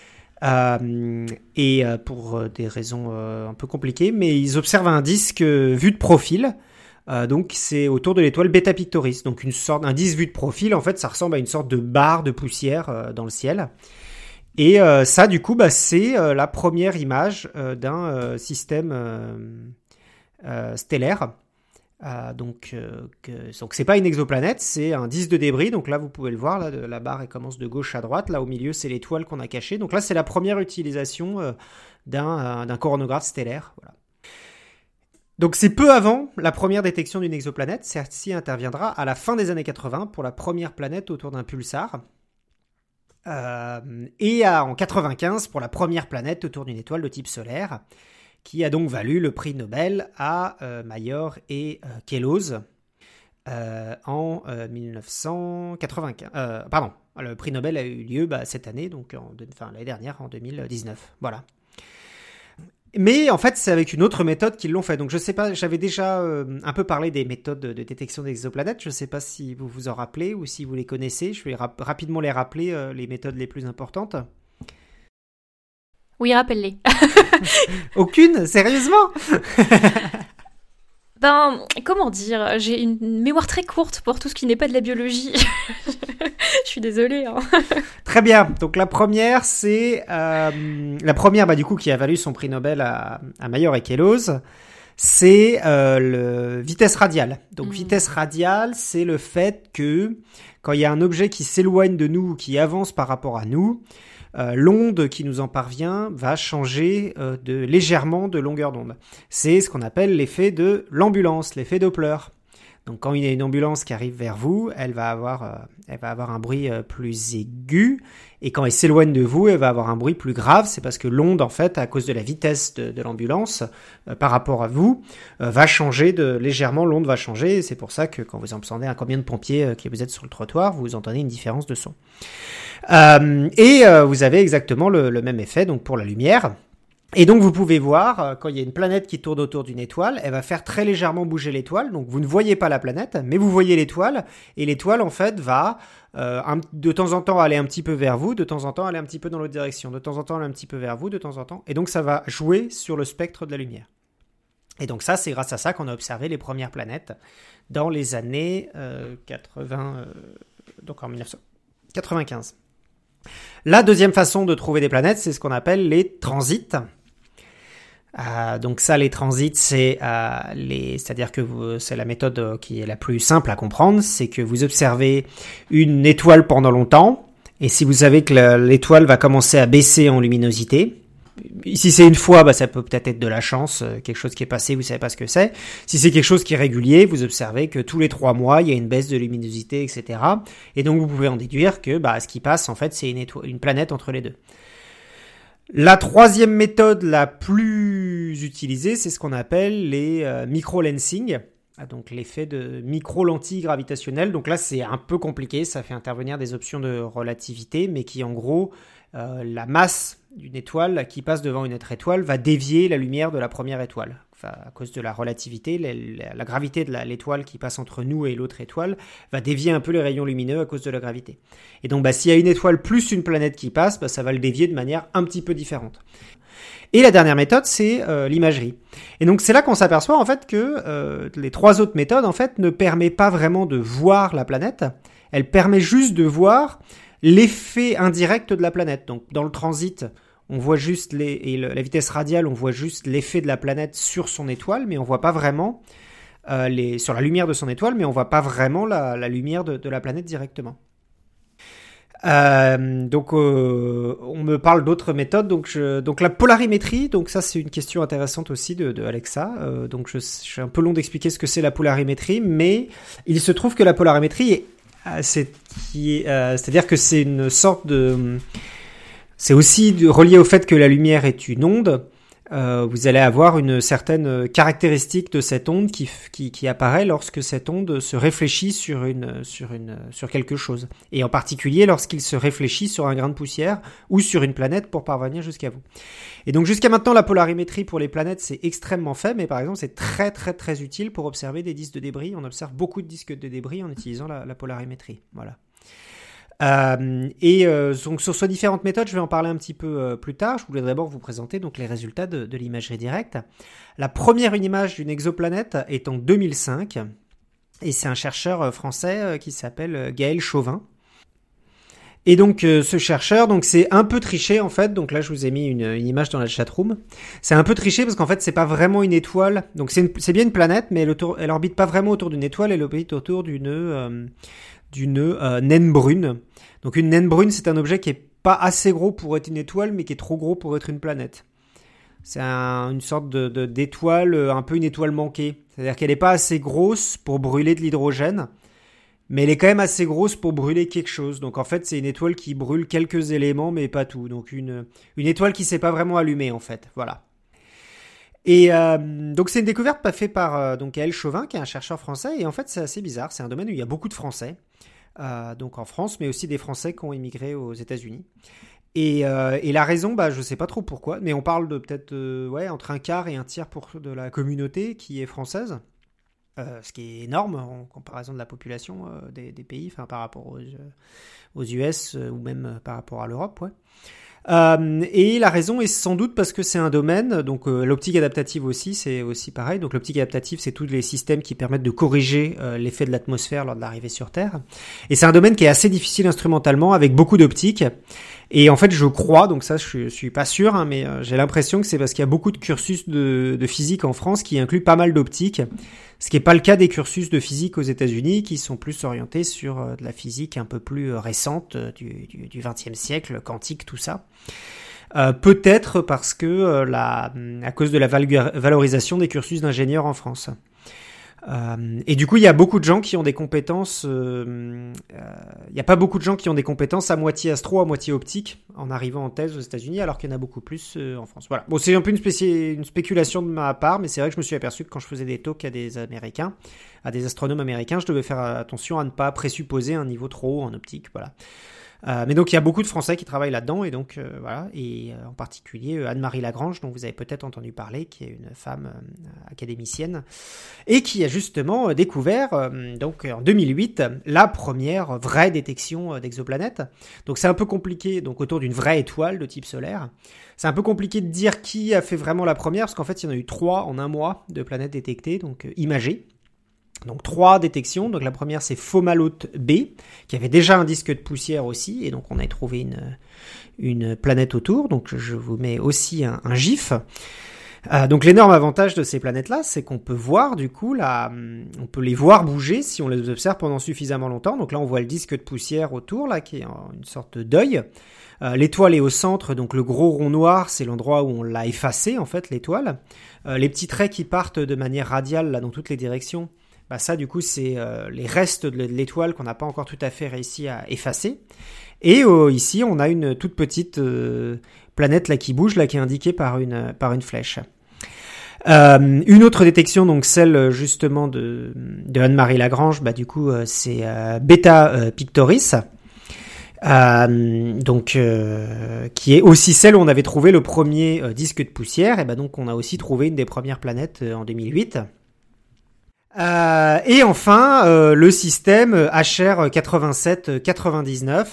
Euh, et euh, pour des raisons euh, un peu compliquées, mais ils observent un disque euh, vu de profil. Euh, donc c'est autour de l'étoile Beta Pictoris, donc une sorte un disque vu de profil. En fait, ça ressemble à une sorte de barre de poussière euh, dans le ciel. Et euh, ça, du coup, bah, c'est euh, la première image euh, d'un euh, système euh, euh, stellaire. Euh, donc, euh, que, donc c'est pas une exoplanète, c'est un disque de débris. Donc là, vous pouvez le voir, là, de, la barre elle commence de gauche à droite. Là, au milieu, c'est l'étoile qu'on a cachée. Donc là, c'est la première utilisation euh, d'un, euh, d'un coronographe stellaire. Voilà. Donc c'est peu avant la première détection d'une exoplanète. Celle-ci interviendra à la fin des années quatre-vingts pour la première planète autour d'un pulsar. Euh, et à, en quatre-vingt-quinze pour la première planète autour d'une étoile de type solaire, qui a donc valu le prix Nobel à euh, Mayor et euh, Queloz euh, en euh, dix-neuf cent quatre-vingt-quinze. Euh, pardon, le prix Nobel a eu lieu bah, cette année, donc en, enfin l'année dernière, en deux mille dix-neuf. Voilà. Mais en fait, c'est avec une autre méthode qu'ils l'ont fait. Donc, je sais pas, j'avais déjà euh, un peu parlé des méthodes de détection des exoplanètes. Je sais pas si vous vous en rappelez ou si vous les connaissez. Je vais rap- rapidement les rappeler, euh, les méthodes les plus importantes. Oui, rappelle-les. Aucune ? Sérieusement ? Ben, comment dire ? J'ai une mémoire très courte pour tout ce qui n'est pas de la biologie. Je suis désolée. Hein. Très bien. Donc la première, c'est euh, la première, bah du coup, qui a valu son prix Nobel à, à Mayor et Queloz, c'est euh, le vitesse radiale. Donc mmh. vitesse radiale, c'est le fait que quand il y a un objet qui s'éloigne de nous, qui avance par rapport à nous, euh, l'onde qui nous en parvient va changer euh, de légèrement de longueur d'onde. C'est ce qu'on appelle l'effet de l'ambulance, l'effet Doppler. Donc quand il y a une ambulance qui arrive vers vous, elle va avoir, euh, elle va avoir un bruit euh, plus aigu, et quand elle s'éloigne de vous, elle va avoir un bruit plus grave. C'est parce que l'onde, en fait, à cause de la vitesse de, de l'ambulance euh, par rapport à vous, euh, va changer de légèrement. L'onde va changer, et c'est pour ça que quand vous entendez un camion de pompiers euh, qui vous êtes sur le trottoir, vous entendez une différence de son. Euh, et euh, vous avez exactement le, le même effet donc pour la lumière. Et donc vous pouvez voir, euh, quand il y a une planète qui tourne autour d'une étoile, elle va faire très légèrement bouger l'étoile, donc vous ne voyez pas la planète, mais vous voyez l'étoile, et l'étoile en fait va euh, un, de temps en temps aller un petit peu vers vous, de temps en temps aller un petit peu dans l'autre direction, de temps en temps aller un petit peu vers vous, de temps en temps, et donc ça va jouer sur le spectre de la lumière. Et donc ça, c'est grâce à ça qu'on a observé les premières planètes dans les années euh, quatre-vingts, euh, donc en dix-neuf cent quatre-vingt-quinze. La deuxième façon de trouver des planètes, c'est ce qu'on appelle les transits. Euh, donc ça, les transits, c'est euh, les, c'est-à-dire que vous, c'est la méthode qui est la plus simple à comprendre, c'est que vous observez une étoile pendant longtemps Et si vous savez que la, l'étoile va commencer à baisser en luminosité, si c'est une fois, bah, ça peut peut-être être de la chance, euh, quelque chose qui est passé, vous savez pas ce que c'est. Si c'est quelque chose qui est régulier, vous observez que tous les trois mois, il y a une baisse de luminosité, et cetera. Et donc, vous pouvez en déduire que bah, ce qui passe, en fait, c'est une, étoile, une planète entre les deux. La troisième méthode la plus utilisée, c'est ce qu'on appelle les euh, micro-lensing, donc l'effet de micro-lentilles gravitationnelles. Donc là, c'est un peu compliqué, ça fait intervenir des options de relativité, mais qui en gros, euh, la masse d'une étoile qui passe devant une autre étoile va dévier la lumière de la première étoile. Enfin, à cause de la relativité, la, la, la gravité de la, l'étoile qui passe entre nous et l'autre étoile va dévier un peu les rayons lumineux à cause de la gravité. Et donc, bah, s'il y a une étoile plus une planète qui passe, bah, ça va le dévier de manière un petit peu différente. Et la dernière méthode, c'est euh, l'imagerie. Et donc, c'est là qu'on s'aperçoit en fait que euh, les trois autres méthodes en fait ne permettent pas vraiment de voir la planète. Elle permet juste de voir l'effet indirect de la planète. Donc, dans le transit, on voit juste les, et le, la vitesse radiale, on voit juste l'effet de la planète sur son étoile, mais on voit pas vraiment euh, les, sur la lumière de son étoile, mais on voit pas vraiment la, la lumière de, de la planète directement. Euh, donc, euh, on me parle d'autres méthodes. Donc, je, donc la polarimétrie. Donc, ça, c'est une question intéressante aussi de, de Alexa. Euh, donc, je, je suis un peu long d'expliquer ce que c'est la polarimétrie, mais il se trouve que la polarimétrie est, c'est, qui est, euh, c'est-à-dire que c'est une sorte de C'est aussi de, relié au fait que la lumière est une onde. Euh, vous allez avoir une certaine caractéristique de cette onde qui, qui, qui apparaît lorsque cette onde se réfléchit sur, une, sur, une, sur quelque chose. Et en particulier lorsqu'il se réfléchit sur un grain de poussière ou sur une planète pour parvenir jusqu'à vous. Et donc jusqu'à maintenant, la polarimétrie pour les planètes, c'est extrêmement faible, mais par exemple, c'est très très très utile pour observer des disques de débris. On observe beaucoup de disques de débris en utilisant la, la polarimétrie. Voilà. Euh, et euh, donc sur ces différentes méthodes, je vais en parler un petit peu euh, plus tard. Je voulais d'abord vous présenter donc les résultats de, de l'imagerie directe. La première image d'une exoplanète est en deux mille cinq, et c'est un chercheur français euh, qui s'appelle Gaël Chauvin. Et donc euh, ce chercheur, donc c'est un peu triché en fait. Donc là, je vous ai mis une, une image dans la chatroom. C'est un peu triché parce qu'en fait, c'est pas vraiment une étoile. Donc c'est, une, c'est bien une planète, mais elle, autour, elle orbite pas vraiment autour d'une étoile. Elle orbite autour d'une euh, d'une euh, naine brune. Donc une naine brune, c'est un objet qui est pas assez gros pour être une étoile, mais qui est trop gros pour être une planète. C'est un, une sorte de, de, d'étoile, un peu une étoile manquée. C'est-à-dire qu'elle n'est pas assez grosse pour brûler de l'hydrogène, mais elle est quand même assez grosse pour brûler quelque chose. Donc en fait, c'est une étoile qui brûle quelques éléments, mais pas tout. Donc une, une étoile qui ne s'est pas vraiment allumée, en fait. Voilà. Et euh, donc c'est une découverte pas faite par euh, donc Gaël Chauvin, qui est un chercheur français. Et en fait, c'est assez bizarre. C'est un domaine où il y a beaucoup de Français. Euh, donc en France, mais aussi des Français qui ont immigré aux États-Unis. Et, euh, et la raison, bah, je ne sais pas trop pourquoi, mais on parle de peut-être euh, ouais, entre un quart et un tiers pour, de la communauté qui est française, euh, ce qui est énorme en comparaison de la population euh, des, des pays, enfin par rapport aux, aux U S euh, ou même par rapport à l'Europe. Ouais. Euh, et la raison est sans doute parce que c'est un domaine, donc euh, l'optique adaptative aussi, c'est aussi pareil. Donc l'optique adaptative, c'est tous les systèmes qui permettent de corriger euh, l'effet de l'atmosphère lors de l'arrivée sur Terre. Et c'est un domaine qui est assez difficile instrumentalement, avec beaucoup d'optiques. Et en fait, je crois, donc ça, je, je suis pas sûr, hein, mais euh, j'ai l'impression que c'est parce qu'il y a beaucoup de cursus de, de physique en France qui incluent pas mal d'optiques, ce qui n'est pas le cas des cursus de physique aux États-Unis, qui sont plus orientés sur euh, de la physique un peu plus euh, récente euh, du, du, du vingtième siècle, quantique, tout ça. Euh, peut-être parce que euh, la, à cause de la val- valorisation des cursus d'ingénieurs en France. Euh, et du coup, il y a beaucoup de gens qui ont des compétences. Il euh, n'y euh, a pas beaucoup de gens qui ont des compétences à moitié astro, à moitié optique, en arrivant en thèse aux États-Unis, alors qu'il y en a beaucoup plus euh, en France. Voilà. Bon, c'est un peu une, spéci- une spéculation de ma part, mais c'est vrai que je me suis aperçu que quand je faisais des talks à des Américains, à des astronomes américains, je devais faire attention à ne pas présupposer un niveau trop haut en optique. Voilà. Euh, mais donc il y a beaucoup de Français qui travaillent là-dedans, et donc euh, voilà, et euh, en particulier euh, Anne-Marie Lagrange, dont vous avez peut-être entendu parler, qui est une femme euh, académicienne et qui a justement euh, découvert euh, donc en deux mille huit la première vraie détection euh, d'exoplanètes. Donc c'est un peu compliqué, donc autour d'une vraie étoile de type solaire. C'est un peu compliqué de dire qui a fait vraiment la première, parce qu'en fait il y en a eu trois en un mois de planètes détectées, donc euh, imagées. Donc trois détections. Donc la première, c'est Fomalhaut B, qui avait déjà un disque de poussière aussi, et donc on a trouvé une, une planète autour. Donc je vous mets aussi un, un GIF. Euh, donc l'énorme avantage de ces planètes-là, c'est qu'on peut voir du coup, là, on peut les voir bouger si on les observe pendant suffisamment longtemps. Donc là, on voit le disque de poussière autour, là, qui est une sorte d'œil. Euh, l'étoile est au centre, donc le gros rond noir, c'est l'endroit où on l'a effacé, en fait, l'étoile. Euh, les petits traits qui partent de manière radiale, là, dans toutes les directions, bah ça, du coup, c'est euh, les restes de l'étoile qu'on n'a pas encore tout à fait réussi à effacer. Et euh, ici, on a une toute petite euh, planète là qui bouge, là, qui est indiquée par une par une flèche. Euh, une autre détection, donc celle justement de, de Anne-Marie Lagrange, bah du coup, euh, c'est euh, Beta euh, Pictoris. Euh, donc euh, qui est aussi celle où on avait trouvé le premier euh, disque de poussière. Et ben donc on a aussi trouvé une des premières planètes euh, en deux mille huit. Euh, et enfin euh, le système H R quatre-vingt-sept quatre-vingt-dix-neuf,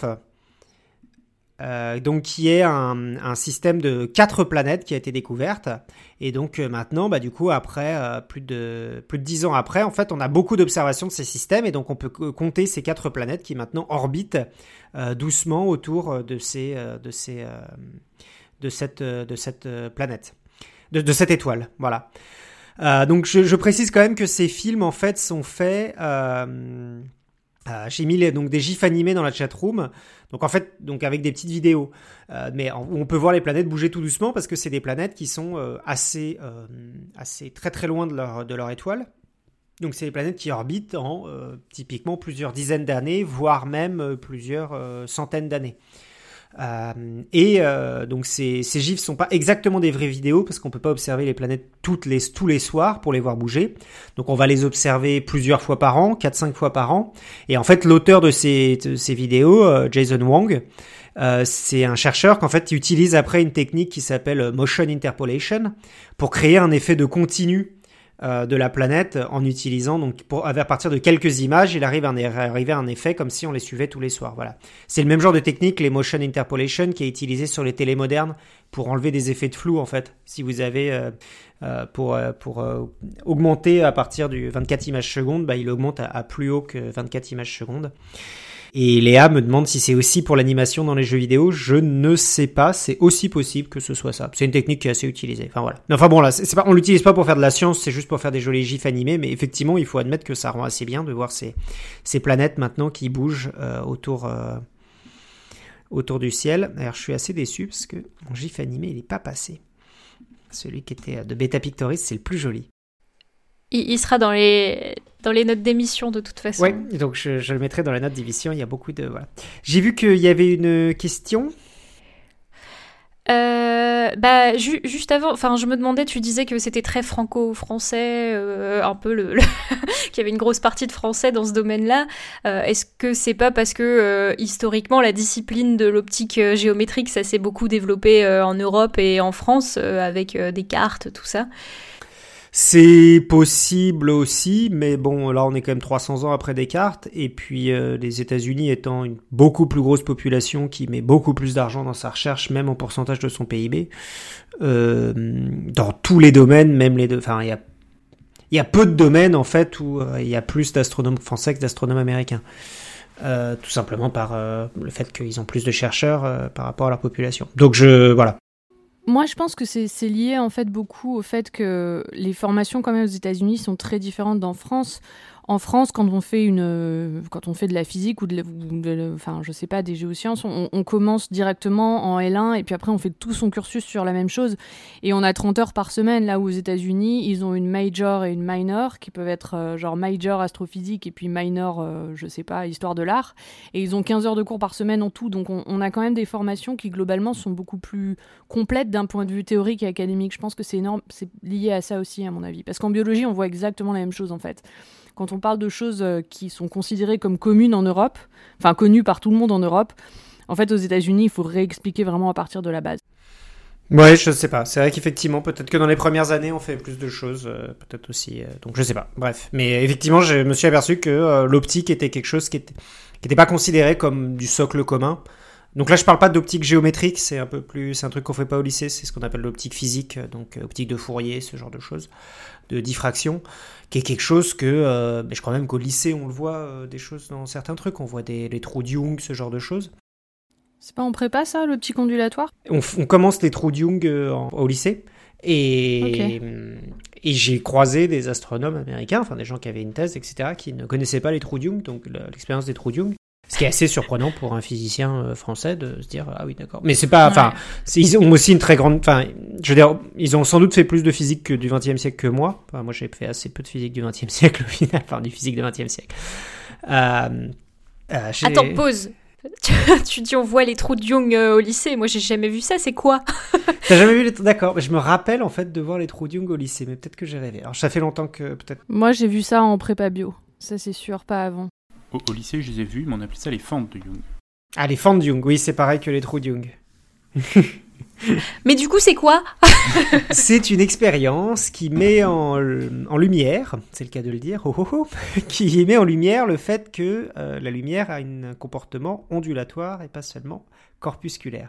euh, donc qui est un, un système de quatre planètes qui a été découverte. Et donc euh, maintenant, bah du coup après euh, plus de plus de dix ans après, en fait, on a beaucoup d'observations de ces systèmes et donc on peut compter ces quatre planètes qui maintenant orbitent euh, doucement autour de ces euh, de ces euh, de cette euh, de cette planète, de, de cette étoile, voilà. Euh, donc je, je précise quand même que ces films en fait sont faits. Euh, euh, j'ai mis les, donc des gifs animés dans la chatroom. Donc en fait, donc avec des petites vidéos, euh, mais en, où on peut voir les planètes bouger tout doucement parce que c'est des planètes qui sont euh, assez, euh, assez très très loin de leur de leur étoile. Donc c'est des planètes qui orbitent en euh, typiquement plusieurs dizaines d'années, voire même euh, plusieurs euh, centaines d'années. Euh, et euh, donc ces, ces gifs sont pas exactement des vraies vidéos parce qu'on peut pas observer les planètes toutes les, tous les soirs pour les voir bouger. Donc on va les observer plusieurs fois par an, quatre cinq fois par an. Et en fait l'auteur de ces, de ces vidéos, euh, Jason Wang, euh, c'est un chercheur qu'en fait utilise après une technique qui s'appelle motion interpolation pour créer un effet de continu Euh, de la planète en utilisant donc pour, à partir de quelques images, il arrive à un, arriver à un effet comme si on les suivait tous les soirs. Voilà, c'est le même genre de technique, les motion interpolation, qui est utilisé sur les télés modernes pour enlever des effets de flou en fait. Si vous avez euh, euh, pour euh, pour euh, augmenter à partir du vingt-quatre images secondes, bah il augmente à, à plus haut que vingt-quatre images secondes. Et Léa me demande si c'est aussi pour l'animation dans les jeux vidéo. Je ne sais pas, c'est aussi possible que ce soit ça. C'est une technique qui est assez utilisée. Enfin voilà. Enfin bon là, c'est, c'est pas, on l'utilise pas pour faire de la science, c'est juste pour faire des jolis gifs animés. Mais effectivement, il faut admettre que ça rend assez bien de voir ces, ces planètes maintenant qui bougent euh, autour, euh, autour du ciel. D'ailleurs, je suis assez déçu parce que mon gif animé, il est pas passé. Celui qui était de Beta Pictoris, c'est le plus joli. Il, il sera dans les, dans les notes d'émission de toute façon. Oui, donc je, je le mettrai dans les notes d'émission. Il y a beaucoup de... Voilà. J'ai vu qu'il y avait une question. Euh, bah, ju- juste avant, enfin, je me demandais, tu disais que c'était très franco-français, euh, un peu le, le qu'il y avait une grosse partie de français dans ce domaine-là. Euh, est-ce que c'est pas parce que euh, historiquement la discipline de l'optique euh, géométrique, ça s'est beaucoup développé euh, en Europe et en France euh, avec euh, des cartes, tout ça? C'est possible aussi, mais bon, là on est quand même trois cents ans après Descartes, et puis euh, les États-Unis étant une beaucoup plus grosse population qui met beaucoup plus d'argent dans sa recherche, même en pourcentage de son P I B, euh, dans tous les domaines, même les deux, enfin il y a il y a peu de domaines en fait où euh, il y a plus d'astronomes français que d'astronomes américains, euh, tout simplement par euh, le fait qu'ils ont plus de chercheurs euh, par rapport à leur population. Donc je voilà. Moi, je pense que c'est, c'est lié en fait beaucoup au fait que les formations quand même aux États-Unis sont très différentes d'en France. En France, quand on fait une, quand on fait de la physique ou de, ou de enfin, je sais pas, des géosciences, on, on commence directement en L un et puis après on fait tout son cursus sur la même chose et on a trente heures par semaine. Là où aux États-Unis, ils ont une major et une minor qui peuvent être euh, genre major astrophysique et puis minor, euh, je sais pas, histoire de l'art. Et ils ont quinze heures de cours par semaine en tout. Donc on, on a quand même des formations qui globalement sont beaucoup plus complètes d'un point de vue théorique et académique. Je pense que c'est énorme, c'est lié à ça aussi à mon avis. Parce qu'en biologie, on voit exactement la même chose en fait. Quand on parle de choses qui sont considérées comme communes en Europe, enfin connues par tout le monde en Europe, en fait aux États-Unis, il faut réexpliquer vraiment à partir de la base. Ouais, je sais pas. C'est vrai qu'effectivement, peut-être que dans les premières années, on fait plus de choses, euh, peut-être aussi. Euh, donc je sais pas. Bref, mais effectivement, je me suis aperçu que euh, l'optique était quelque chose qui était qui était pas considéré comme du socle commun. Donc là, je parle pas d'optique géométrique, c'est un peu plus, c'est un truc qu'on fait pas au lycée, c'est ce qu'on appelle l'optique physique, donc optique de Fourier, ce genre de choses, de diffraction, qui est quelque chose que, euh, je crois même qu'au lycée, on le voit, euh, des choses dans certains trucs, on voit des, les trous de Young, ce genre de choses. C'est pas en prépa ça, l'optique ondulatoire ? on, on commence les trous de Young euh, en, au lycée, Et, Ok. et j'ai croisé des astronomes américains, enfin des gens qui avaient une thèse, et cetera, qui ne connaissaient pas les trous de Young, donc la- l'expérience des trous de Young. Ce qui est assez surprenant pour un physicien euh, français de se dire ah oui d'accord. Mais c'est pas, enfin, Ouais. c'est- ils ont aussi une très grande, enfin, je veux dire, ils ont sans doute fait plus de physique que du vingtième siècle que moi. Enfin, moi j'ai fait assez peu de physique du vingtième siècle au final, enfin du physique du vingtième siècle. Euh, euh, j'ai- Attends, pause. Tu, tu dis on voit les trous de Young euh, au lycée. Moi, j'ai jamais vu ça. C'est quoi? T'as jamais vu les, d'accord. Je me rappelle en fait de voir les trous de Young au lycée, mais peut-être que j'ai rêvé. Alors ça fait longtemps que peut-être. Moi, j'ai vu ça en prépa bio. Ça, c'est sûr, pas avant. Au, au lycée, je les ai vus, mais on appelait ça les fentes de Young. Ah, les fentes de Young, oui, c'est pareil que les trous de Young. Mais du coup, c'est quoi? C'est une expérience qui met en, en lumière, c'est le cas de le dire, oh, oh, oh, qui met en lumière le fait que euh, la lumière a un comportement ondulatoire et pas seulement corpusculaire.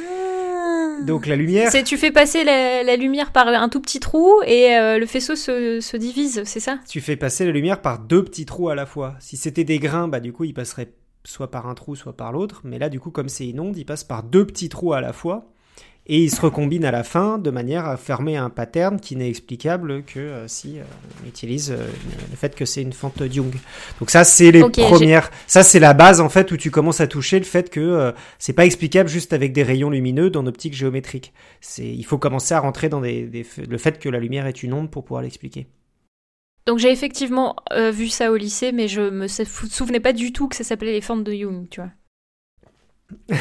Donc la lumière, C'est tu fais passer la, la lumière par un tout petit trou et euh, le faisceau se, se divise, c'est ça? tu fais passer la lumière par deux petits trous à la fois. Si c'était des grains, bah du coup il passerait soit par un trou, soit par l'autre. Mais là du coup comme c'est une onde, il passe par deux petits trous à la fois. Et ils se recombinent à la fin de manière à fermer un pattern qui n'est explicable que euh, si euh, on utilise euh, le fait que c'est une fente de Young. Donc ça c'est les Ok, premières, ça c'est la base en fait où tu commences à toucher le fait que euh, c'est pas explicable juste avec des rayons lumineux dans l'optique géométrique. C'est, il faut commencer à rentrer dans des, des, le fait que la lumière est une onde pour pouvoir l'expliquer. Donc j'ai effectivement euh, vu ça au lycée, mais je me sou- souvenais pas du tout que ça s'appelait les fentes de Young, tu vois.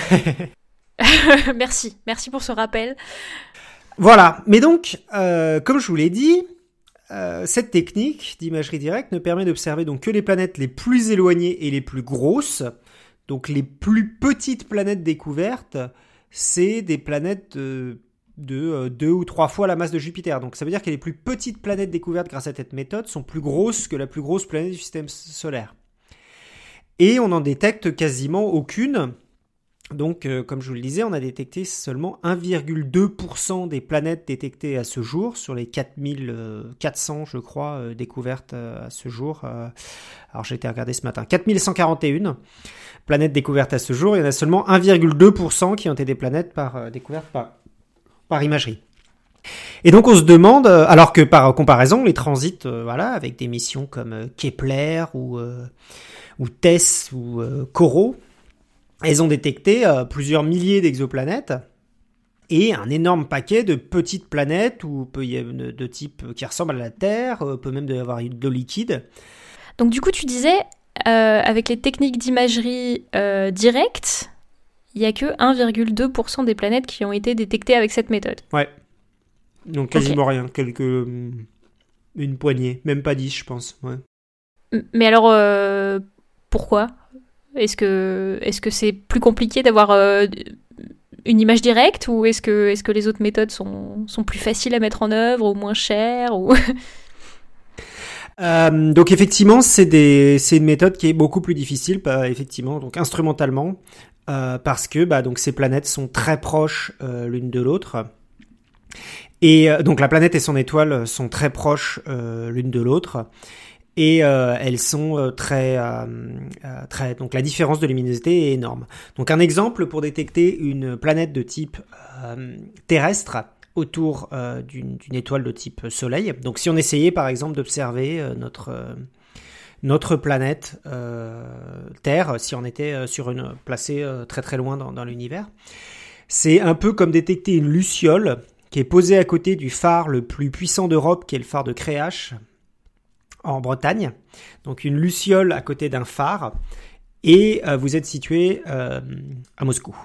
Merci, merci pour ce rappel. Voilà, mais donc, euh, comme je vous l'ai dit, euh, cette technique d'imagerie directe ne permet d'observer donc que les planètes les plus éloignées et les plus grosses. Donc les plus petites planètes découvertes, c'est des planètes de, de euh, deux ou trois fois la masse de Jupiter. Donc ça veut dire que les plus petites planètes découvertes grâce à cette méthode sont plus grosses que la plus grosse planète du système solaire. Et on n'en détecte quasiment aucune. Donc, euh, comme je vous le disais, on a détecté seulement un virgule deux pour cent des planètes détectées à ce jour, sur les quatre mille quatre cents, je crois, euh, découvertes euh, à ce jour. Euh, alors, j'ai été regarder ce matin. quatre mille cent quarante et un planètes découvertes à ce jour. Il y en a seulement un virgule deux pour cent qui ont été des planètes par, euh, découvertes par, par imagerie. Et donc, on se demande, euh, alors que par comparaison, les transits, euh, voilà, avec des missions comme euh, Kepler ou, euh, ou TESS ou euh, COROT, elles ont détecté euh, plusieurs milliers d'exoplanètes et un énorme paquet de petites planètes ou peut y avoir de, de type qui ressemblent à la Terre, euh, peut même y avoir de l'eau liquide. Donc du coup, tu disais, euh, avec les techniques d'imagerie euh, directe, il n'y a que un virgule deux pour cent des planètes qui ont été détectées avec cette méthode. Ouais. Donc quasiment rien, quelques une poignée, même pas dix, je pense. Ouais. M- Mais alors, euh, pourquoi? Est-ce que est-ce que c'est plus compliqué d'avoir euh, une image directe ou est-ce que est-ce que les autres méthodes sont sont plus faciles à mettre en œuvre ou moins chères ou Euh, donc effectivement, c'est des, c'est une méthode qui est beaucoup plus difficile, bah, effectivement, donc instrumentalement, euh, parce que bah donc ces planètes sont très proches euh, l'une de l'autre, et euh, donc la planète et son étoile sont très proches euh, l'une de l'autre, et euh, elles sont euh, très, euh, euh, très, donc la différence de luminosité est énorme. Donc un exemple pour détecter une planète de type euh, terrestre autour euh, d'une, d'une étoile de type Soleil. Donc si on essayait par exemple d'observer euh, notre, euh, notre planète euh, Terre, si on était euh, sur une, placé euh, très très loin dans, dans l'univers, c'est un peu comme détecter une luciole qui est posée à côté du phare le plus puissant d'Europe, qui est le phare de Créache, en Bretagne. Donc une luciole à côté d'un phare, et euh, vous êtes situé euh, à Moscou.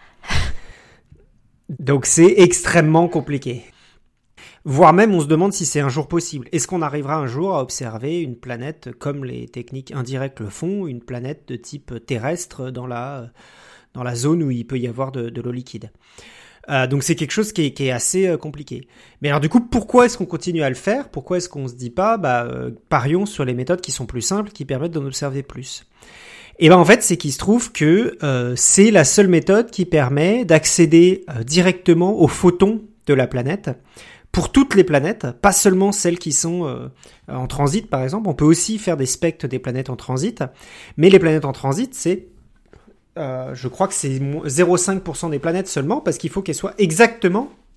Donc c'est extrêmement compliqué. Voire même on se demande si c'est un jour possible. Est-ce qu'on arrivera un jour à observer une planète comme les techniques indirectes le font, une planète de type terrestre dans la, dans la zone où il peut y avoir de, de l'eau liquide. Euh, donc c'est quelque chose qui est, qui est assez euh, compliqué. Mais alors du coup, pourquoi est-ce qu'on continue à le faire ? Pourquoi est-ce qu'on se dit pas, bah, euh, parions sur les méthodes qui sont plus simples, qui permettent d'en observer plus ? Et ben en fait, c'est qu'il se trouve que euh, c'est la seule méthode qui permet d'accéder euh, directement aux photons de la planète pour toutes les planètes, pas seulement celles qui sont euh, en transit par exemple. On peut aussi faire des spectres des planètes en transit, mais les planètes en transit, c'est Euh, je crois que c'est zéro virgule cinq pour cent des planètes seulement, parce qu'il faut qu'elles soient exactement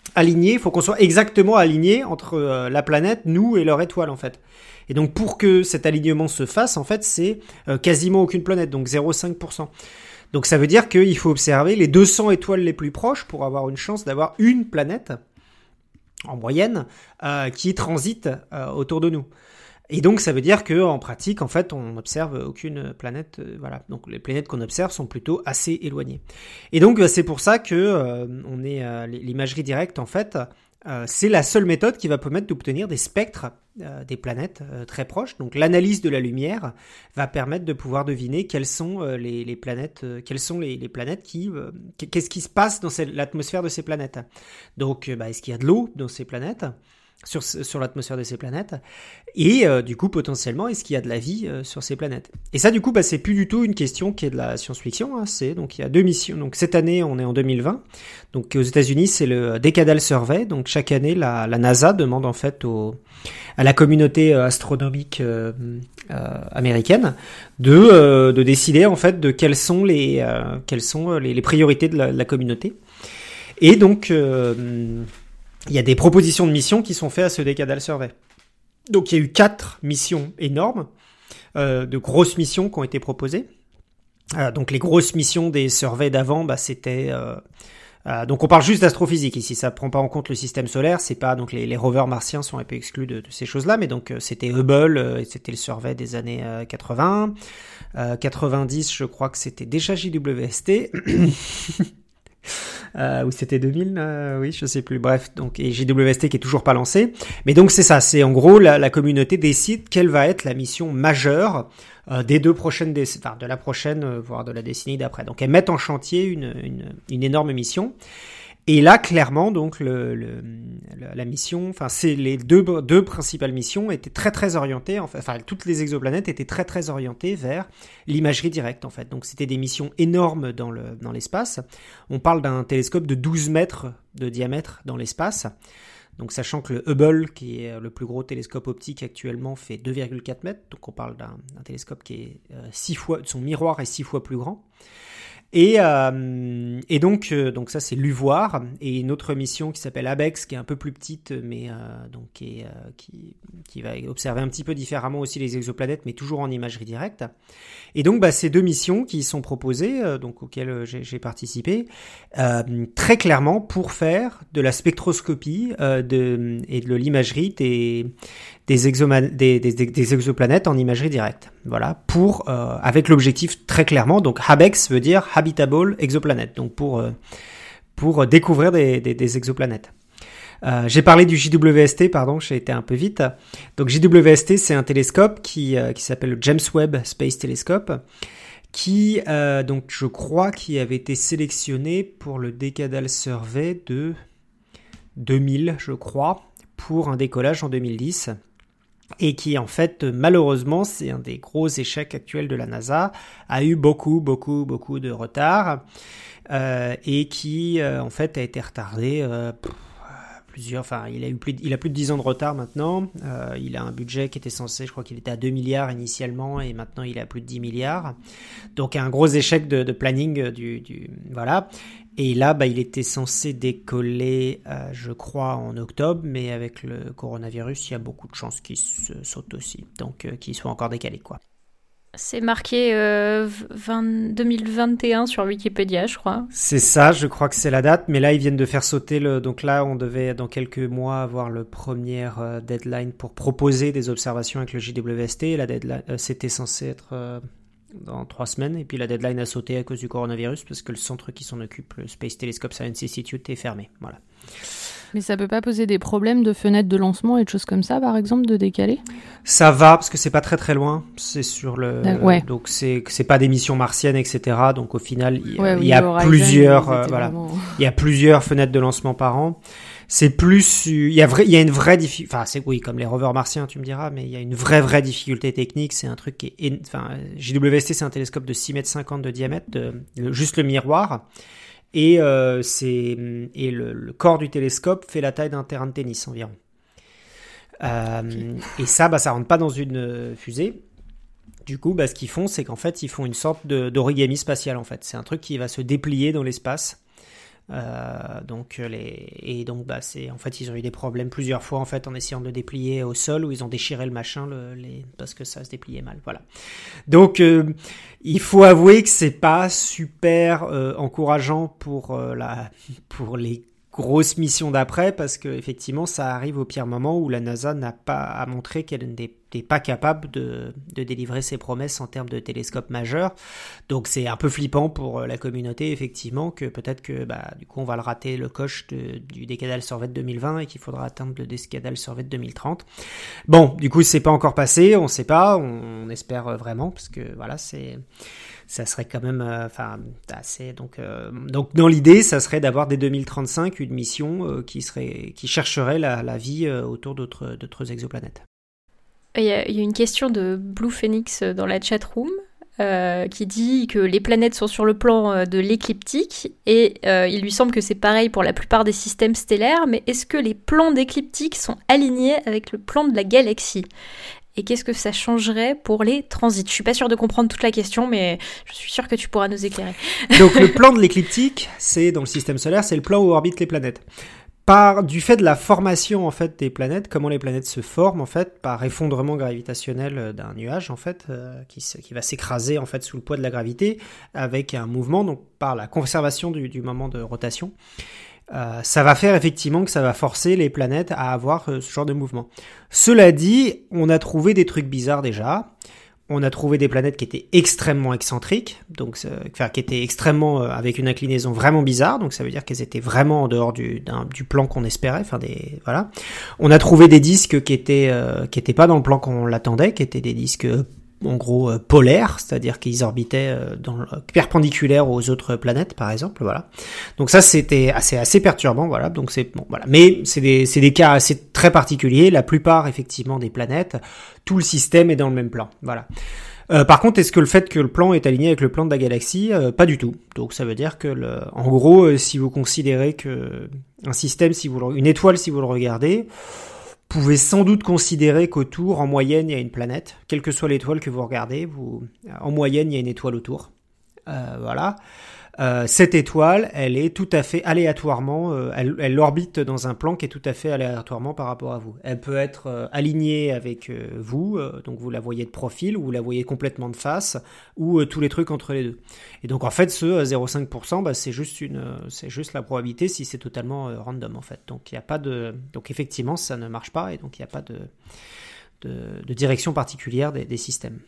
alignés, il faut qu'on soit exactement alignés entre euh, la planète, nous et leur étoile en fait. Et donc pour que cet alignement se fasse, en fait, c'est euh, quasiment aucune planète, donc zéro virgule cinq pour cent. Donc ça veut dire qu'il faut observer les deux cents étoiles les plus proches pour avoir une chance d'avoir une planète, en moyenne, euh, qui transite euh, autour de nous. Et donc ça veut dire que en pratique, en fait, on n'observe aucune planète. Euh, voilà. Donc les planètes qu'on observe sont plutôt assez éloignées. Et donc c'est pour ça que euh, on est euh, l'imagerie directe, en fait. Euh, c'est la seule méthode qui va permettre d'obtenir des spectres euh, des planètes euh, très proches. Donc l'analyse de la lumière va permettre de pouvoir deviner quelles sont euh, les, les planètes, euh, quelles sont les, les planètes qui, euh, qu'est-ce qui se passe dans cette, l'atmosphère de ces planètes. Donc, euh, bah, est-ce qu'il y a de l'eau dans ces planètes ? Sur, sur l'atmosphère de ces planètes, et euh, du coup potentiellement est-ce qu'il y a de la vie euh, sur ces planètes. Et ça du coup bah, c'est plus du tout une question qui est de la science-fiction, hein, c'est donc il y a deux missions. Donc cette année on est en deux mille vingt, donc aux États-Unis c'est le Decadal Survey. Donc chaque année la, la NASA demande en fait au, à la communauté astronomique euh, euh, américaine de euh, de décider en fait de quelles sont les euh, quelles sont les, les priorités de la, de la communauté. Et donc euh, il y a des propositions de missions qui sont faites à ce Decadal Survey. Donc il y a eu quatre missions énormes, euh, de grosses missions qui ont été proposées. Euh, donc les grosses missions des surveys d'avant, bah, c'était... Euh, euh, donc on parle juste d'astrophysique ici, ça prend pas en compte le système solaire, c'est pas... Donc les, les rovers martiens sont un peu exclus de, de ces choses-là, mais donc euh, c'était Hubble, euh, c'était le survey des années euh, quatre-vingts. Euh, quatre-vingt-dix, je crois que c'était déjà J W S T. Euh, ou c'était deux mille, euh, oui, je sais plus. Bref, donc et J W S T qui est toujours pas lancé. Mais donc c'est ça, c'est en gros la, la communauté décide quelle va être la mission majeure euh, des deux prochaines, déc- enfin de la prochaine, euh, voire de la décennie d'après. Donc elles mettent en chantier une, une, une énorme mission. Et là, clairement, donc le, le, la mission, enfin, c'est les deux deux principales missions étaient très très orientées, enfin, enfin, toutes les exoplanètes étaient très très orientées vers l'imagerie directe en fait. Donc, c'était des missions énormes dans le dans l'espace. On parle d'un télescope de douze mètres de diamètre dans l'espace. Donc, sachant que le Hubble, qui est le plus gros télescope optique actuellement, fait deux virgule quatre mètres. Donc, on parle d'un, d'un télescope qui est euh, six fois, son miroir est six fois plus grand. Et, euh, et donc, euh, donc ça c'est l'U V O I R et une autre mission qui s'appelle ABEX qui est un peu plus petite mais euh, donc qui, est, euh, qui, qui va observer un petit peu différemment aussi les exoplanètes mais toujours en imagerie directe. Et donc bah, ces deux missions qui sont proposées, euh, donc auxquelles j'ai, j'ai participé, euh, très clairement pour faire de la spectroscopie euh, de, et de l'imagerie des, des, exoma- des, des, des exoplanètes en imagerie directe. Voilà, pour euh, avec l'objectif très clairement, donc HABEX veut dire Habitable Exoplanet, donc pour euh, pour découvrir des, des, des exoplanètes. Euh, j'ai parlé du J W S T, pardon, j'ai été un peu vite. Donc J W S T, c'est un télescope qui euh, qui s'appelle le James Webb Space Telescope, qui euh, donc je crois qui avait été sélectionné pour le Decadal Survey de deux mille, je crois, pour un décollage en deux mille dix. Et qui, en fait, malheureusement, c'est un des gros échecs actuels de la NASA, a eu beaucoup, beaucoup, beaucoup de retard, euh, et qui, euh, en fait, a été retardé euh, pff, plusieurs, enfin, il a eu plus de, il a plus de dix ans de retard maintenant, euh, il a un budget qui était censé, je crois qu'il était à deux milliards initialement, et maintenant il est à plus de dix milliards, donc un gros échec de, de planning du, du, voilà. Et là, bah, il était censé décoller, euh, je crois, en octobre, mais avec le coronavirus, il y a beaucoup de chances qu'il se saute aussi, donc euh, qu'il soit encore décalé, quoi. C'est marqué euh, vingt, deux mille vingt et un sur Wikipédia, je crois. C'est ça, je crois que c'est la date, mais là, ils viennent de faire sauter le... Donc là, on devait, dans quelques mois, avoir le premier euh, deadline pour proposer des observations avec le J W S T. La deadline, euh, c'était censé être... Euh... dans trois semaines, et puis la deadline a sauté à cause du coronavirus parce que le centre qui s'en occupe, le Space Telescope Science Institute, est fermé. Voilà. Mais ça peut pas poser des problèmes de fenêtres de lancement et de choses comme ça, par exemple, de décaler ? Ça va, parce que c'est pas très très loin, c'est sur le... Ouais. Donc c'est, c'est pas des missions martiennes, et cetera. Donc au final, il y a, ouais, il y a Horizon, plusieurs... Euh, voilà. vraiment... Il y a plusieurs fenêtres de lancement par an. C'est plus, il y a vrai, il y a une vraie difficulté, enfin, c'est, oui, comme les rovers martiens, tu me diras, mais il y a une vraie, vraie difficulté technique. C'est un truc qui est, enfin, J W S T, c'est un télescope de six mètres cinquante de diamètre, de, le, juste le miroir. Et, euh, c'est, et le, le corps du télescope fait la taille d'un terrain de tennis environ. Euh, okay. Et ça, bah, ça rentre pas dans une fusée. Du coup, bah, ce qu'ils font, c'est qu'en fait, ils font une sorte de, d'origami spatial, en fait. C'est un truc qui va se déplier dans l'espace. Euh, donc les et donc bah c'est en fait ils ont eu des problèmes plusieurs fois en fait en essayant de déplier au sol où ils ont déchiré le machin le, les parce que ça se dépliait mal. Voilà. Donc euh, il faut avouer que c'est pas super euh, encourageant pour euh, la pour les grosse mission d'après parce que effectivement ça arrive au pire moment où la NASA n'a pas à montrer qu'elle n'est pas capable de, de délivrer ses promesses en termes de télescope majeur. Donc c'est un peu flippant pour la communauté effectivement que peut-être que bah, du coup on va le rater le coche de, du Decadal Survey deux mille vingt et qu'il faudra atteindre le Decadal Survey deux mille trente. Bon, du coup c'est pas encore passé, on sait pas, on, on espère vraiment parce que voilà c'est ça serait quand même enfin euh, assez donc euh, donc dans l'idée ça serait d'avoir dès deux mille trente-cinq une mission euh, qui serait qui chercherait la, la vie euh, autour d'autres d'autres exoplanètes. Il y, a, il y a une question de Blue Phoenix dans la chatroom euh, qui dit que les planètes sont sur le plan de l'écliptique et euh, il lui semble que c'est pareil pour la plupart des systèmes stellaires, mais est-ce que les plans d'écliptique sont alignés avec le plan de la galaxie ? Et qu'est-ce que ça changerait pour les transits ? Je suis pas sûre de comprendre toute la question, mais je suis sûre que tu pourras nous éclairer. Donc le plan de l'écliptique, c'est dans le système solaire, c'est le plan où orbitent les planètes. Par du fait de la formation en fait des planètes, comment les planètes se forment en fait par effondrement gravitationnel d'un nuage en fait euh, qui, qui va s'écraser en fait sous le poids de la gravité avec un mouvement donc par la conservation du, du moment de rotation. Euh, ça va faire effectivement que ça va forcer les planètes à avoir euh, ce genre de mouvement. Cela dit, on a trouvé des trucs bizarres déjà. On a trouvé des planètes qui étaient extrêmement excentriques, donc enfin, qui étaient extrêmement euh, avec une inclinaison vraiment bizarre. Donc ça veut dire qu'elles étaient vraiment en dehors du, d'un, du plan qu'on espérait. Enfin des voilà. On a trouvé des disques qui étaient euh, qui étaient pas dans le plan qu'on l'attendait, qui étaient des disques euh, en gros euh, polaires, c'est-à-dire qu'ils orbitaient euh, dans le, perpendiculaires aux autres planètes, par exemple, voilà. Donc ça c'était assez assez perturbant, voilà. Donc c'est bon, voilà. Mais c'est des c'est des cas assez très particuliers. La plupart effectivement des planètes, tout le système est dans le même plan, voilà. Euh, par contre, est-ce que le fait que le plan est aligné avec le plan de la galaxie, euh, pas du tout. Donc ça veut dire que le, en gros, euh, si vous considérez que un système, si vous le, une étoile, si vous le regardez, pouvez sans doute considérer qu'autour, en moyenne, il y a une planète. Quelle que soit l'étoile que vous regardez, vous, en moyenne, il y a une étoile autour. Euh, voilà. Euh, cette étoile, elle est tout à fait aléatoirement, euh, elle, elle orbite dans un plan qui est tout à fait aléatoirement par rapport à vous. Elle peut être euh, alignée avec euh, vous, euh, donc vous la voyez de profil, ou vous la voyez complètement de face, ou euh, tous les trucs entre les deux. Et donc en fait, ce euh, zéro virgule cinq pour cent, bah, c'est juste une, euh, c'est juste la probabilité si c'est totalement euh, random en fait. Donc il y a pas de, donc effectivement, ça ne marche pas, et donc il n'y a pas de, de, de direction particulière des, des systèmes.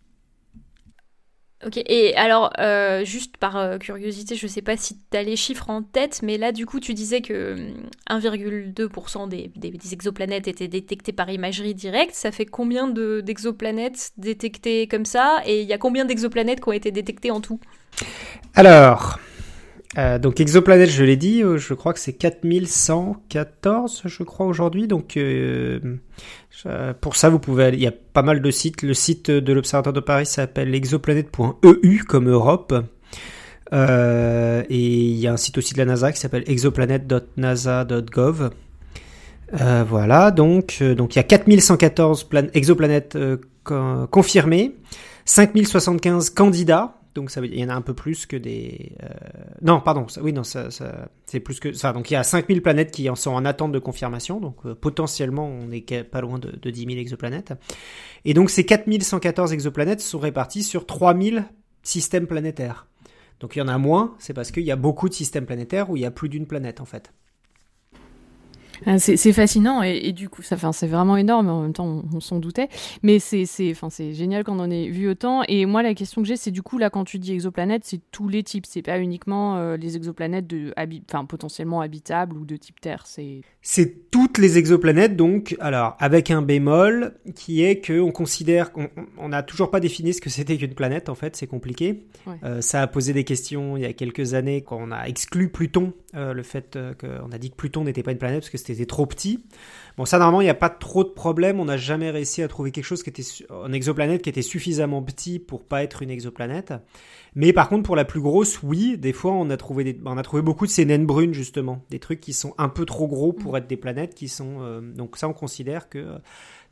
Ok, et alors, euh, juste par euh, curiosité, je sais pas si tu as les chiffres en tête, mais là, du coup, tu disais que un virgule deux pour cent des, des, des exoplanètes étaient détectées par imagerie directe. Ça fait combien de, d'exoplanètes détectées comme ça ? Et il y a combien d'exoplanètes qui ont été détectées en tout ? Alors, euh, donc exoplanètes, je l'ai dit, euh, je crois que c'est quatre mille cent quatorze, je crois, aujourd'hui. Donc, euh, pour ça, vous pouvez aller, il y a pas mal de sites. Le site de l'Observatoire de Paris s'appelle exoplanète point e u comme Europe. Euh, et il y a un site aussi de la NASA qui s'appelle exoplanète point nasa point gov. Euh, voilà, donc, euh, donc il y a quatre mille cent quatorze plan- exoplanètes euh, con- confirmées, cinq mille soixante-quinze candidats. Donc ça veut dire, il y en a un peu plus que des euh... non pardon ça, oui non ça, ça c'est plus que ça, donc il y a cinq mille planètes qui en sont en attente de confirmation, donc euh, potentiellement on est pas loin de, de dix mille exoplanètes, et donc ces quatre mille cent quatorze exoplanètes sont réparties sur trois mille systèmes planétaires. Donc il y en a moins, c'est parce qu'il y a beaucoup de systèmes planétaires où il y a plus d'une planète en fait. C'est, c'est fascinant et, et du coup, ça, enfin, c'est vraiment énorme. En même temps, on, on s'en doutait, mais c'est, c'est, enfin, c'est génial qu'on en ait vu autant. Et moi, la question que j'ai, c'est du coup là, quand tu dis exoplanètes, c'est tous les types. C'est pas uniquement euh, les exoplanètes de, habi- enfin, potentiellement habitables ou de type Terre. C'est C'est toutes les exoplanètes, donc, alors, avec un bémol, qui est qu'on considère qu'on on n'a toujours pas défini ce que c'était qu'une planète, en fait, c'est compliqué. Ouais. Euh, ça a posé des questions il y a quelques années, quand on a exclu Pluton, euh, le fait euh, qu'on a dit que Pluton n'était pas une planète parce que c'était trop petit. Bon, ça, normalement, il n'y a pas trop de problème. On n'a jamais réussi à trouver quelque chose qui était, une exoplanète qui était suffisamment petit pour pas être une exoplanète. Mais par contre, pour la plus grosse, oui, des fois, on a trouvé, des, on a trouvé beaucoup de ces naines brunes, justement. Des trucs qui sont un peu trop gros pour être des planètes qui sont, euh, donc ça, on considère que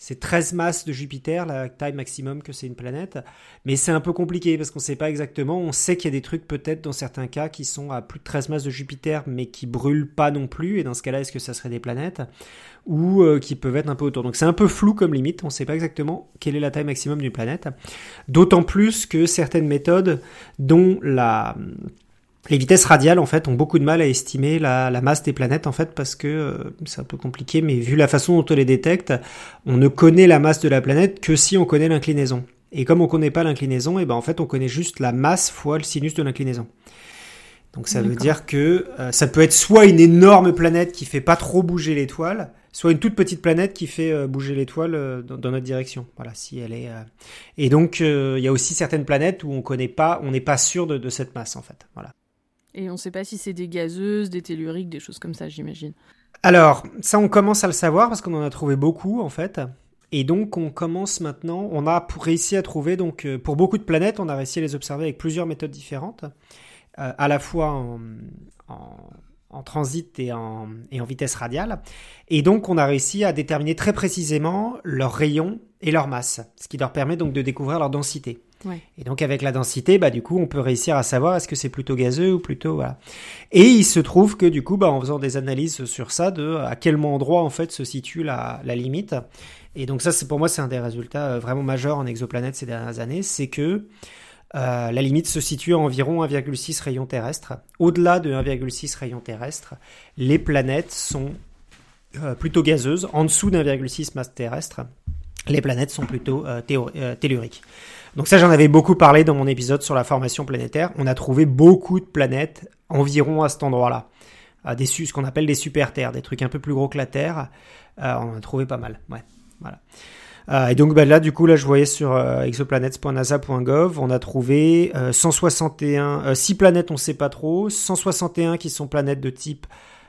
c'est treize masses de Jupiter, la taille maximum que c'est une planète. Mais c'est un peu compliqué parce qu'on ne sait pas exactement. On sait qu'il y a des trucs peut-être dans certains cas qui sont à plus de treize masses de Jupiter, mais qui brûlent pas non plus. Et dans ce cas-là, est-ce que ça serait des planètes ou euh, qui peuvent être un peu autour. Donc c'est un peu flou comme limite. On ne sait pas exactement quelle est la taille maximum d'une planète. D'autant plus que certaines méthodes, dont la les vitesses radiales, en fait, ont beaucoup de mal à estimer la, la masse des planètes, en fait, parce que euh, c'est un peu compliqué, mais vu la façon dont on les détecte, on ne connaît la masse de la planète que si on connaît l'inclinaison. Et comme on connaît pas l'inclinaison, et ben en fait, on connaît juste la masse fois le sinus de l'inclinaison. Donc ça D'accord. veut dire que euh, ça peut être soit une énorme planète qui fait pas trop bouger l'étoile, soit une toute petite planète qui fait euh, bouger l'étoile euh, dans, dans notre direction. Voilà, si elle est. Euh... Et donc il euh, y a aussi certaines planètes où on connaît pas, on n'est pas sûr de, de cette masse, en fait. Voilà. Et on ne sait pas si c'est des gazeuses, des telluriques, des choses comme ça, j'imagine. Alors, ça, on commence à le savoir parce qu'on en a trouvé beaucoup, en fait. Et donc, on commence maintenant, on a réussi à trouver, donc, pour beaucoup de planètes, on a réussi à les observer avec plusieurs méthodes différentes, euh, à la fois en, en, en transit et en, et en vitesse radiale. Et donc, on a réussi à déterminer très précisément leur rayon et leur masse, ce qui leur permet donc de découvrir leur densité. Ouais. Et donc avec la densité, bah du coup, on peut réussir à savoir est-ce que c'est plutôt gazeux ou plutôt voilà. Et il se trouve que du coup, bah en faisant des analyses sur ça, de à quel endroit en fait se situe la, la limite. Et donc ça, c'est pour moi, c'est un des résultats vraiment majeurs en exoplanètes ces dernières années, c'est que euh, la limite se situe à environ un virgule six rayons terrestres. Au-delà de un virgule six rayons terrestres, les planètes sont euh, plutôt gazeuses. En dessous d'un virgule six masse terrestre, les planètes sont plutôt euh, théo- euh, telluriques. Donc ça, j'en avais beaucoup parlé dans mon épisode sur la formation planétaire. On a trouvé beaucoup de planètes environ à cet endroit-là. Euh, des, ce qu'on appelle des super-terres, des trucs un peu plus gros que la Terre. Euh, on en a trouvé pas mal, ouais, voilà. Euh, et donc bah, là, du coup, là, je voyais sur euh, exoplanets point nasa point gov, on a trouvé euh, cent soixante et un, euh, six planètes, on ne sait pas trop, cent soixante et un qui sont planètes de type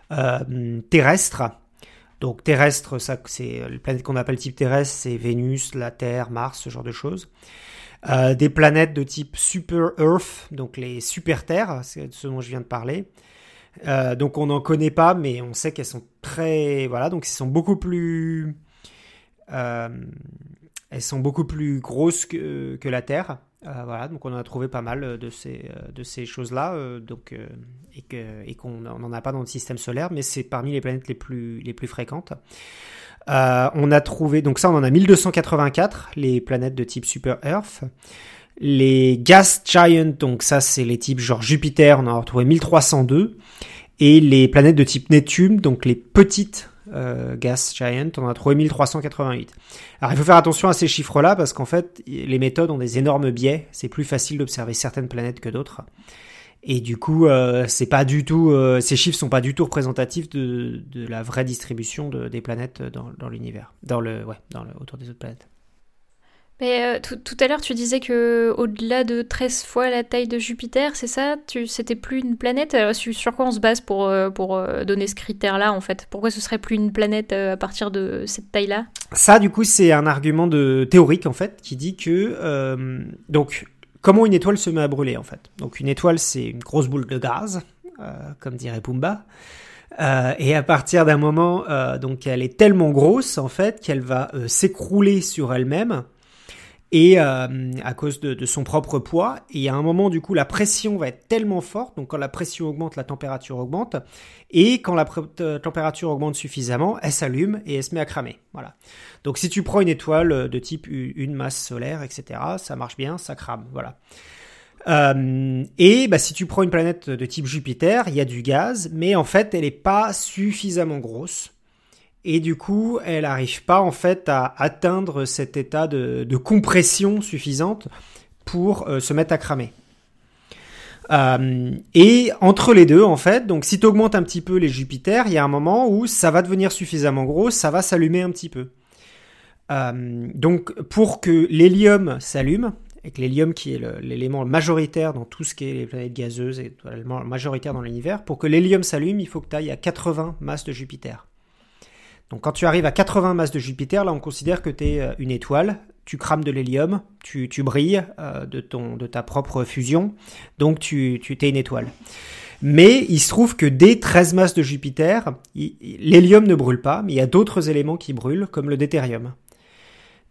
euh, terrestre. Donc terrestre, ça, c'est les planètes qu'on appelle type terrestre, c'est Vénus, la Terre, Mars, ce genre de choses. Euh, des planètes de type Super Earth, donc les super terres, c'est ce dont je viens de parler. Euh, donc on n'en connaît pas, mais on sait qu'elles sont très, voilà, donc elles sont beaucoup plus, euh, elles sont beaucoup plus grosses que, que la Terre. Euh, voilà, donc on en a trouvé pas mal de ces de ces choses-là, euh, donc euh, et que et qu'on n'en a pas dans le système solaire, mais c'est parmi les planètes les plus les plus fréquentes. Euh, on a trouvé, donc ça on en a mille deux cent quatre-vingt-quatre, les planètes de type Super Earth. Les Gas Giant, donc ça c'est les types genre Jupiter, on en a retrouvé mille trois cent deux. Et les planètes de type Neptune, donc les petites euh, Gas Giant, on en a trouvé mille trois cent quatre-vingt-huit. Alors il faut faire attention à ces chiffres-là parce qu'en fait les méthodes ont des énormes biais, c'est plus facile d'observer certaines planètes que d'autres. Et du coup, euh, c'est pas du tout, euh, ces chiffres sont pas du tout représentatifs de, de la vraie distribution de, des planètes dans, dans l'univers, dans le, ouais, dans le, autour des autres planètes. Mais euh, tout, tout à l'heure, tu disais que au-delà de treize fois la taille de Jupiter, c'est ça? Tu, c'était plus une planète? Alors, sur, sur quoi on se base pour, euh, pour euh, donner ce critère-là, en fait? Pourquoi ce serait plus une planète euh, à partir de cette taille-là? Ça, du coup, c'est un argument de théorique, en fait, qui dit que euh, donc comment une étoile se met à brûler, en fait. Donc une étoile, c'est une grosse boule de gaz, euh, comme dirait Pumba. Euh, et à partir d'un moment, euh, donc elle est tellement grosse, en fait, qu'elle va euh, s'écrouler sur elle-même. Et euh, à cause de, de son propre poids, et à un moment du coup la pression va être tellement forte, donc quand la pression augmente, la température augmente, et quand la pr- température augmente suffisamment, elle s'allume et elle se met à cramer. Voilà. Donc si tu prends une étoile de type une masse solaire, et cetera, ça marche bien, ça crame. Voilà. Euh, et bah, si tu prends une planète de type Jupiter, il y a du gaz, mais en fait elle n'est pas suffisamment grosse. Et du coup, elle n'arrive pas en fait à atteindre cet état de, de compression suffisante pour euh, se mettre à cramer. Euh, et entre les deux, en fait, donc si tu augmentes un petit peu les Jupiters, il y a un moment où ça va devenir suffisamment gros, ça va s'allumer un petit peu. Euh, donc pour que l'hélium s'allume, et que l'hélium qui est le, l'élément majoritaire dans tout ce qui est les planètes gazeuses et l'élément majoritaire dans l'univers, pour que l'hélium s'allume, il faut que tu ailles à quatre-vingts masses de Jupiter. Donc quand tu arrives à quatre-vingts masses de Jupiter, là on considère que tu es une étoile, tu crames de l'hélium, tu, tu brilles euh, de, ton, de ta propre fusion, donc tu, tu t'es une étoile. Mais il se trouve que dès treize masses de Jupiter, il, l'hélium ne brûle pas, mais il y a d'autres éléments qui brûlent, comme le deutérium.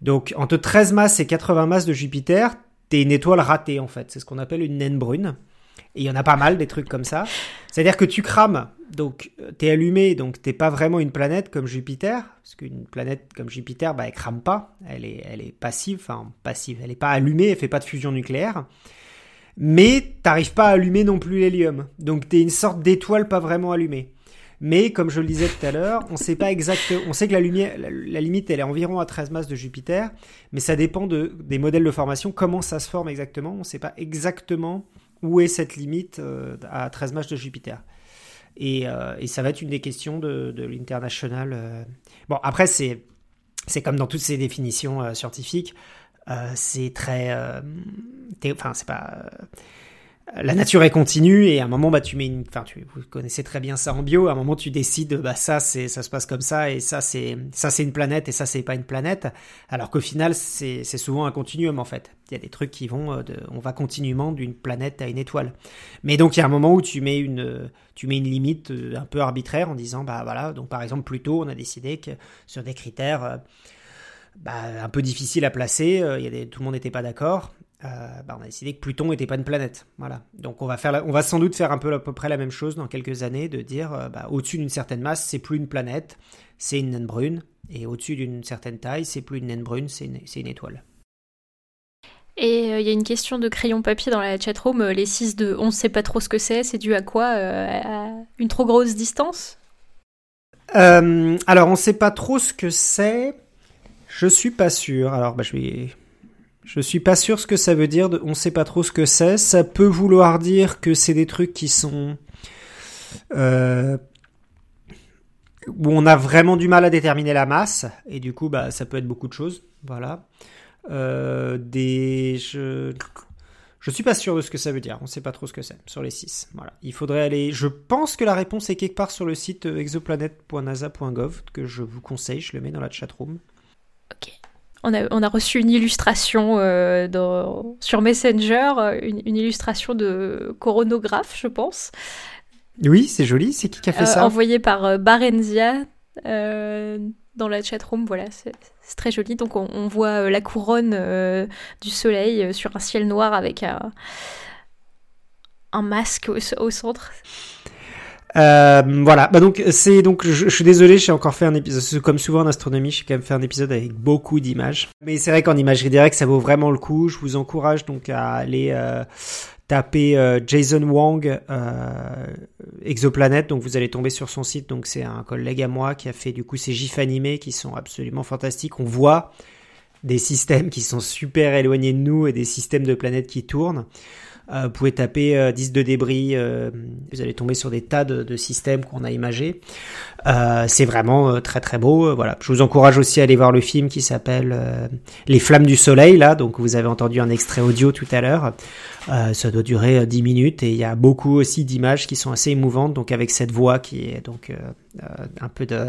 Donc, entre treize masses et quatre-vingts masses de Jupiter, t'es une étoile ratée, en fait. C'est ce qu'on appelle une naine brune. Et il y en a pas mal, des trucs comme ça. C'est-à-dire que tu crames, donc t'es allumé, donc t'es pas vraiment une planète comme Jupiter, parce qu'une planète comme Jupiter, bah, elle crame pas, elle est, elle est passive, enfin passive, elle est pas allumée, elle fait pas de fusion nucléaire. Mais t'arrives pas à allumer non plus l'hélium. Donc t'es une sorte d'étoile pas vraiment allumée. Mais comme je le disais tout à l'heure, on sait pas exactement, on sait que la lumière, la, la limite, elle est environ à treize masses de Jupiter, mais ça dépend de, des modèles de formation, comment ça se forme exactement. On sait pas exactement où est cette limite euh, à treize masses de Jupiter. Et, euh, et ça va être une des questions de, de l'International. Euh... Bon, après, c'est, c'est comme dans toutes ces définitions euh, scientifiques, euh, c'est très... Euh, enfin, c'est pas... Euh, la nature est continue et à un moment, bah, tu mets une... Enfin, tu, vous connaissez très bien ça en bio, à un moment, tu décides, bah, ça, c'est, ça se passe comme ça et ça, c'est, ça, c'est une planète et ça, c'est pas une planète. Alors qu'au final, c'est, c'est souvent un continuum, en fait. Il y a des trucs qui vont... De, on va continuellement d'une planète à une étoile. Mais donc, il y a un moment où tu mets une, tu mets une limite un peu arbitraire en disant, bah, voilà, donc par exemple, Pluto, on a décidé que sur des critères bah, un peu difficiles à placer, il y a des, tout le monde n'était pas d'accord. Euh, bah on a décidé que Pluton n'était pas une planète. Voilà. Donc on va faire, la, on va sans doute faire un peu à peu près la même chose dans quelques années, de dire euh, bah, au-dessus d'une certaine masse, c'est plus une planète, c'est une naine brune, et au-dessus d'une certaine taille, c'est plus une naine brune, c'est une, c'est une étoile. Et il euh, y a une question de crayon papier dans la chatroom. Les six de on ne sait pas trop ce que c'est, c'est dû à quoi euh, à une trop grosse distance euh, Alors on ne sait pas trop ce que c'est. Je suis pas sûr. Alors bah je vais. Je suis pas sûr ce que ça veut dire, de, on sait pas trop ce que c'est. Ça peut vouloir dire que c'est des trucs qui sont... Euh, où on a vraiment du mal à déterminer la masse, et du coup, bah, ça peut être beaucoup de choses. Voilà. Euh, des... Je... je suis pas sûr de ce que ça veut dire, on sait pas trop ce que c'est, sur les six. Voilà. Il faudrait aller... Je pense que la réponse est quelque part sur le site exoplanet point nasa point gov, que je vous conseille, je le mets dans la chatroom. Ok. On a, on a reçu une illustration euh, dans, sur Messenger, une, une illustration de coronographe, je pense. Oui, c'est joli. C'est qui qui a fait euh, ça ? Envoyé par euh, Barenzia euh, dans la chatroom. Voilà, c'est, c'est très joli. Donc on, on voit euh, la couronne euh, du soleil euh, sur un ciel noir avec un, un masque au, au centre. Euh, voilà, bah donc c'est donc je, je suis désolé, j'ai encore fait un épisode comme souvent en astronomie, j'ai quand même fait un épisode avec beaucoup d'images. Mais c'est vrai qu'en imagerie directe, ça vaut vraiment le coup. Je vous encourage donc à aller euh, taper euh, Jason Wang euh, Exoplanet, donc vous allez tomber sur son site. Donc c'est un collègue à moi qui a fait du coup ces gifs animés qui sont absolument fantastiques. On voit des systèmes qui sont super éloignés de nous et des systèmes de planètes qui tournent. Euh, vous pouvez taper euh, disques de débris, euh, vous allez tomber sur des tas de, de systèmes qu'on a imagés. Euh, c'est vraiment euh, très très beau. Euh, voilà. Je vous encourage aussi à aller voir le film qui s'appelle euh, Les Flammes du Soleil. Là, donc vous avez entendu un extrait audio tout à l'heure. Euh, ça doit durer euh, dix minutes et il y a beaucoup aussi d'images qui sont assez émouvantes. Donc avec cette voix qui est donc euh, euh, un peu de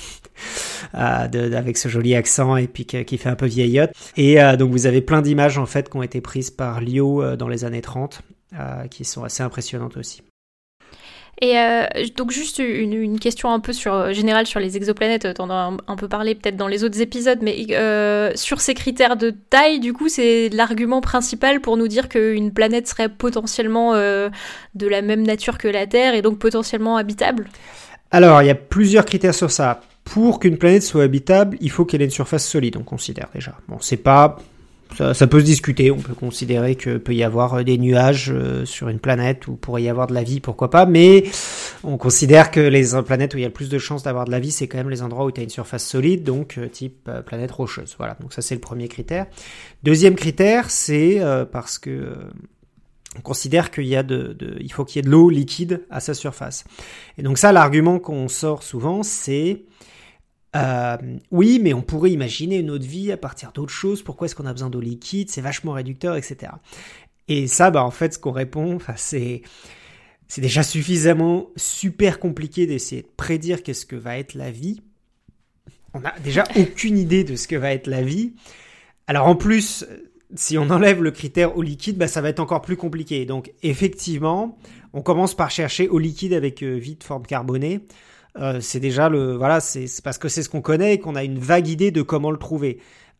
Euh, de, de, avec ce joli accent et puis que, qui fait un peu vieillotte. Et euh, donc vous avez plein d'images en fait qui ont été prises par Lio euh, dans les années trente, euh, qui sont assez impressionnantes aussi. Et euh, donc juste une, une question un peu sur, générale sur les exoplanètes, t'en as un, un peu parlé peut-être dans les autres épisodes, mais euh, sur ces critères de taille, du coup, c'est l'argument principal pour nous dire qu'une planète serait potentiellement euh, de la même nature que la Terre et donc potentiellement habitable ? Alors, il y a plusieurs critères sur ça. Pour qu'une planète soit habitable, il faut qu'elle ait une surface solide, on considère déjà. Bon, c'est pas... Ça, ça peut se discuter, on peut considérer qu'il peut y avoir des nuages euh, sur une planète où pourrait y avoir de la vie, pourquoi pas, mais on considère que les planètes où il y a le plus de chances d'avoir de la vie, c'est quand même les endroits où tu as une surface solide, donc euh, type euh, planète rocheuse. Voilà, donc ça c'est le premier critère. Deuxième critère, c'est euh, parce que... Euh, on considère qu'il y a de, de, il faut qu'il y ait de l'eau liquide à sa surface. Et donc ça, l'argument qu'on sort souvent, c'est euh, oui, mais on pourrait imaginer une autre vie à partir d'autres choses. Pourquoi est-ce qu'on a besoin d'eau liquide ? C'est vachement réducteur, et cetera. Et ça, bah en fait, ce qu'on répond, enfin, c'est c'est déjà suffisamment super compliqué d'essayer de prédire qu'est-ce que va être la vie. On n'a déjà aucune idée de ce que va être la vie. Alors en plus, si on enlève le critère eau liquide, bah, ça va être encore plus compliqué. Donc, effectivement, on commence par chercher eau liquide avec euh, vie de forme carbonée. Euh, c'est déjà le, voilà, c'est, c'est parce que c'est ce qu'on connaît et qu'on a une vague idée de comment le trouver.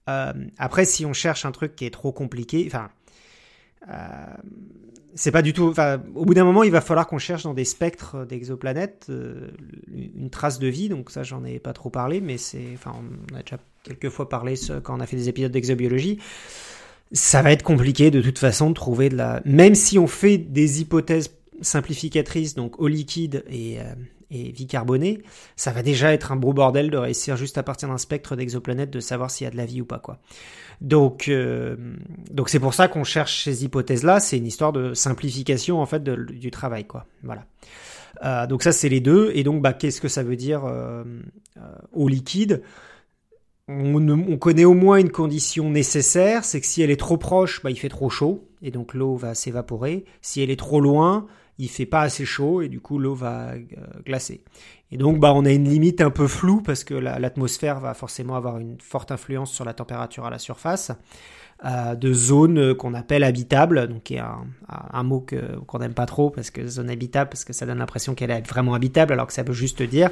Euh, après, si on cherche un truc qui est trop compliqué, enfin, euh, c'est pas du tout. Enfin, au bout d'un moment, il va falloir qu'on cherche dans des spectres d'exoplanètes euh, une trace de vie. Donc ça, j'en ai pas trop parlé, mais c'est, enfin, on a déjà quelques fois parlé quand on a fait des épisodes d'exobiologie. Ça va être compliqué de toute façon de trouver de la. Même si on fait des hypothèses simplificatrices, donc eau liquide et euh, et vie carbonée, ça va déjà être un gros bordel de réussir juste à partir d'un spectre d'exoplanètes de savoir s'il y a de la vie ou pas, quoi. Donc, euh, donc c'est pour ça qu'on cherche ces hypothèses-là. C'est une histoire de simplification en fait de, du travail, quoi. Voilà. Euh, donc ça c'est les deux. Et donc bah qu'est-ce que ça veut dire euh, euh, eau liquide? On, on connaît au moins une condition nécessaire, c'est que si elle est trop proche, bah il fait trop chaud et donc l'eau va s'évaporer. Si elle est trop loin, il fait pas assez chaud et du coup l'eau va euh, glacer. Et donc bah on a une limite un peu floue parce que la, l'atmosphère va forcément avoir une forte influence sur la température à la surface euh, de zones qu'on appelle habitables, donc qui est un, un mot que, qu'on n'aime pas trop parce que zone habitable parce que ça donne l'impression qu'elle est vraiment habitable alors que ça veut juste dire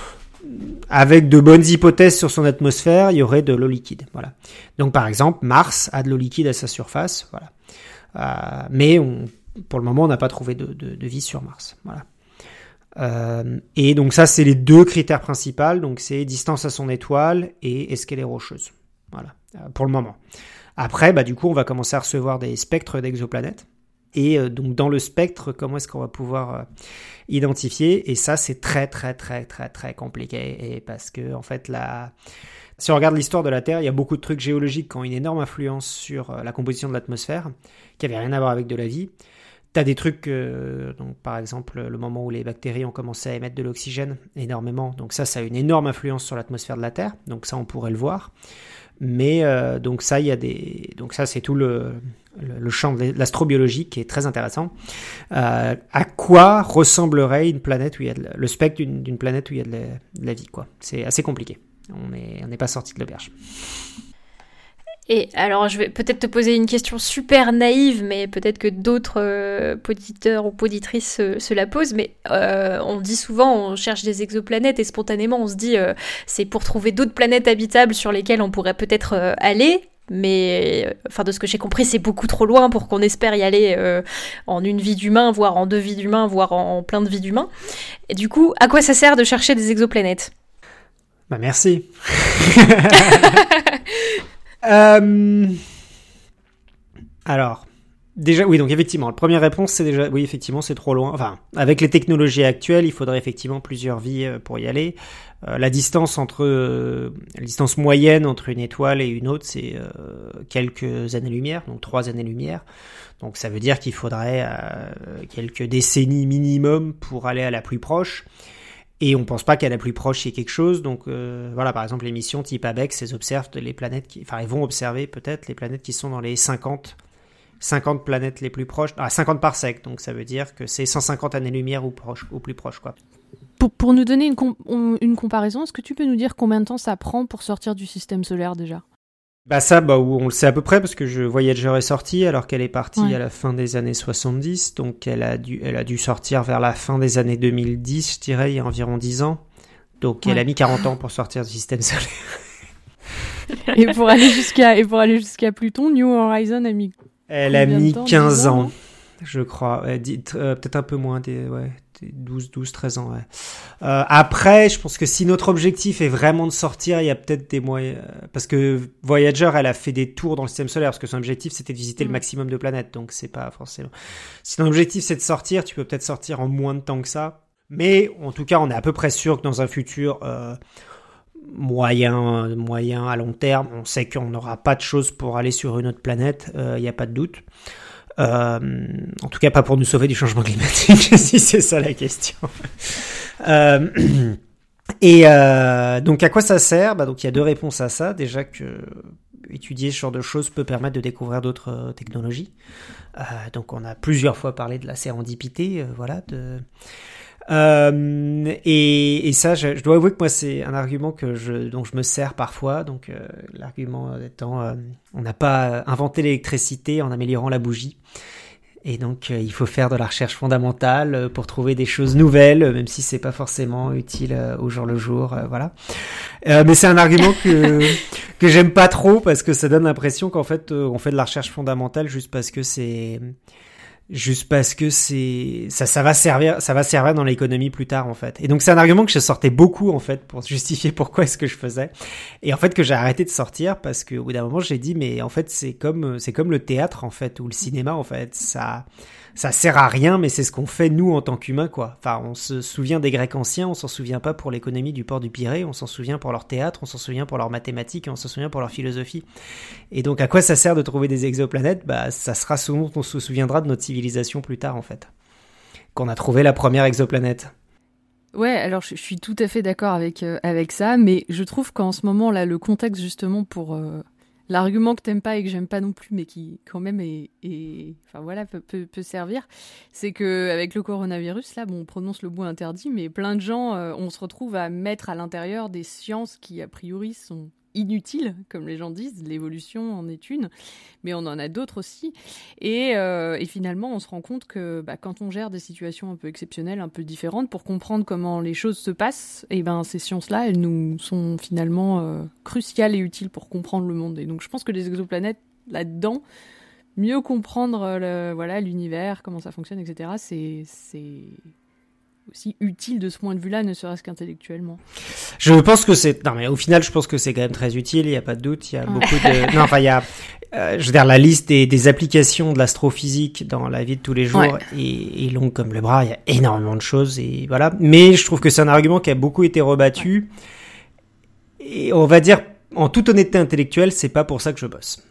avec de bonnes hypothèses sur son atmosphère, il y aurait de l'eau liquide. Voilà. Donc par exemple Mars a de l'eau liquide à sa surface, voilà. Euh, mais on pour le moment, on n'a pas trouvé de, de, de vie sur Mars. Voilà. Euh, et donc ça, c'est les deux critères principaux. Donc c'est distance à son étoile et est-ce qu'elle est rocheuse. Voilà. Euh, pour le moment. Après, bah du coup, on va commencer à recevoir des spectres d'exoplanètes. Et euh, donc dans le spectre, comment est-ce qu'on va pouvoir euh, identifier? Et ça, c'est très très très très très compliqué. Et parce que en fait, la si on regarde l'histoire de la Terre, il y a beaucoup de trucs géologiques qui ont une énorme influence sur euh, la composition de l'atmosphère, qui n'avaient rien à voir avec de la vie. T'as des trucs, euh, donc par exemple le moment où les bactéries ont commencé à émettre de l'oxygène énormément, donc ça, ça a une énorme influence sur l'atmosphère de la Terre, donc ça on pourrait le voir. Mais euh, donc ça, il y a des, donc ça c'est tout le, le, le champ de l'astrobiologie qui est très intéressant. Euh, à quoi ressemblerait une planète où il y a de, le spectre d'une, d'une planète où il y a de la, de la vie, quoi. C'est assez compliqué. On n'est on n'est pas sorti de l'auberge. Et alors, je vais peut-être te poser une question super naïve, mais peut-être que d'autres euh, auditeurs ou poditrices se, se la posent. Mais euh, on dit souvent, on cherche des exoplanètes et spontanément, on se dit, euh, c'est pour trouver d'autres planètes habitables sur lesquelles on pourrait peut-être euh, aller. Mais, euh, enfin, de ce que j'ai compris, c'est beaucoup trop loin pour qu'on espère y aller euh, en une vie d'humain, voire en deux vies d'humain, voire en, en plein de vies d'humain. Et du coup, à quoi ça sert de chercher des exoplanètes ? Bah merci. Euh... Alors, déjà, oui, donc effectivement, la première réponse, c'est déjà, oui, effectivement, c'est trop loin. Enfin, avec les technologies actuelles, il faudrait effectivement plusieurs vies pour y aller. Euh, la distance entre, euh, la distance moyenne entre une étoile et une autre, c'est euh, quelques années-lumière, donc trois années-lumière. Donc ça veut dire qu'il faudrait euh, quelques décennies minimum pour aller à la plus proche. Et on pense pas qu'à la plus proche il y ait quelque chose, donc euh, voilà, par exemple les missions type ABEX, elles observent les planètes qui, enfin, elles vont observer peut-être les planètes qui sont dans les cinquante, cinquante planètes les plus proches, ah, cinquante parsec, donc ça veut dire que c'est cent cinquante années-lumière ou proche, au plus proche, quoi. Pour, pour nous donner une, com- une comparaison, est-ce que tu peux nous dire combien de temps ça prend pour sortir du système solaire déjà ? Bah ça, bah on le sait à peu près parce que je, Voyager est sortie alors qu'elle est partie ouais. à la fin des années soixante-dix, donc elle a dû, elle a dû sortir vers la fin des années deux mille dix, je dirais, il y a environ dix ans. Donc ouais. Elle a mis quarante ans pour sortir du système solaire. et pour aller jusqu'à, et pour aller jusqu'à Pluton, New Horizon a mis. Elle a mis quinze ans, je crois. Ouais, dit, euh, peut-être un peu moins, des, ouais, des douze, douze, treize ans. Ouais. Euh, après, je pense que si notre objectif est vraiment de sortir, il y a peut-être des moyens. Parce que Voyager, elle a fait des tours dans le système solaire, parce que son objectif, c'était de visiter mmh. le maximum de planètes. Donc, c'est pas forcément. Si ton objectif, c'est de sortir, tu peux peut-être sortir en moins de temps que ça. Mais en tout cas, on est à peu près sûr que dans un futur euh, moyen, moyen à long terme, on sait qu'on n'aura pas de choses pour aller sur une autre planète. Il euh, n'y a pas de doute. Euh, en tout cas pas pour nous sauver du changement climatique si c'est ça la question. euh, et euh, donc à quoi ça sert ? Bah donc il y a deux réponses à ça. Déjà que étudier ce genre de choses peut permettre de découvrir d'autres euh, technologies. Euh, donc on a plusieurs fois parlé de la sérendipité, euh, voilà. De... Euh, et, et ça, je, je dois avouer que moi c'est un argument que je, dont je me sers parfois. Donc euh, l'argument étant, euh, on n'a pas inventé l'électricité en améliorant la bougie. Et donc, euh, il faut faire de la recherche fondamentale euh, pour trouver des choses nouvelles, euh, même si c'est pas forcément utile euh, au jour le jour, euh, voilà. Euh, mais c'est un argument que que j'aime pas trop parce que ça donne l'impression qu'en fait, euh, on fait de la recherche fondamentale juste parce que c'est juste parce que c'est ça ça va servir ça va servir dans l'économie plus tard en fait. Et donc c'est un argument que je sortais beaucoup en fait pour justifier pourquoi est-ce que je faisais. Et en fait que j'ai arrêté de sortir parce que au bout d'un moment j'ai dit mais en fait c'est comme c'est comme le théâtre en fait ou le cinéma en fait, ça ça sert à rien mais c'est ce qu'on fait nous en tant qu'humains quoi. Enfin, on se souvient des Grecs anciens, on s'en souvient pas pour l'économie du port du Pirée, on s'en souvient pour leur théâtre, on s'en souvient pour leurs mathématiques, et on s'en souvient pour leur philosophie. Et donc à quoi ça sert de trouver des exoplanètes ? Bah ça sera ce dont on se souviendra de notre civilisation plus tard en fait. Qu'on a trouvé la première exoplanète. Ouais, alors je, je suis tout à fait d'accord avec euh, avec ça, mais je trouve qu'en ce moment là le contexte justement pour euh, l'argument que t'aimes pas et que j'aime pas non plus, mais qui quand même est, est enfin voilà peut, peut, peut servir, c'est que avec le coronavirus là, bon, on prononce le mot interdit, mais plein de gens, euh, on se retrouve à mettre à l'intérieur des sciences qui a priori sont inutiles, comme les gens disent, l'évolution en est une, mais on en a d'autres aussi. Et, euh, et finalement, on se rend compte que bah, quand on gère des situations un peu exceptionnelles, un peu différentes, pour comprendre comment les choses se passent, et ben ces sciences-là, elles nous sont finalement euh, cruciales et utiles pour comprendre le monde. Et donc, je pense que les exoplanètes, là-dedans, mieux comprendre le, voilà, l'univers, comment ça fonctionne, et cetera, c'est... c'est... aussi utile de ce point de vue-là, ne serait-ce qu'intellectuellement. Je pense que c'est... Non, mais au final, je pense que c'est quand même très utile, il n'y a pas de doute. Il y a beaucoup de... Non, enfin, il y a... Euh, je veux dire, la liste des, des applications de l'astrophysique dans la vie de tous les jours ouais. est, est longue comme le bras. Il y a énormément de choses, et voilà. Mais je trouve que c'est un argument qui a beaucoup été rebattu. Ouais. Et on va dire, en toute honnêteté intellectuelle, c'est pas pour ça que je bosse.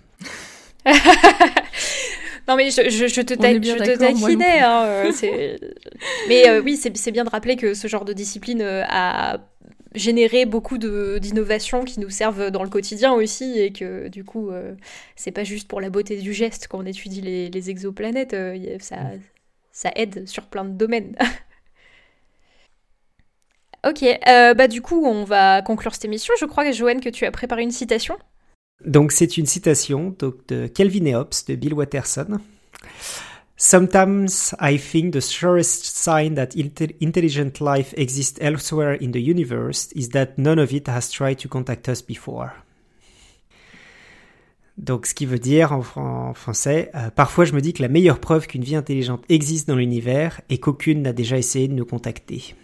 Non mais je, je, je te, ta- je te taquinais, hein, euh, c'est... mais euh, oui c'est, c'est bien de rappeler que ce genre de discipline euh, a généré beaucoup de, d'innovations qui nous servent dans le quotidien aussi et que du coup euh, c'est pas juste pour la beauté du geste quand on étudie les, les exoplanètes, euh, ça, ça aide sur plein de domaines. Ok, euh, bah du coup on va conclure cette émission. Je crois, Joanne, que tu as préparé une citation. Donc c'est une citation donc, de Kelvin et Hobbes de Bill Watterson. Sometimes I think the surest sign that inter- intelligent life exists elsewhere in the universe is that none of it has tried to contact us before. Donc ce qui veut dire en, fr- en français, euh, parfois je me dis que la meilleure preuve qu'une vie intelligente existe dans l'univers est qu'aucune n'a déjà essayé de nous contacter.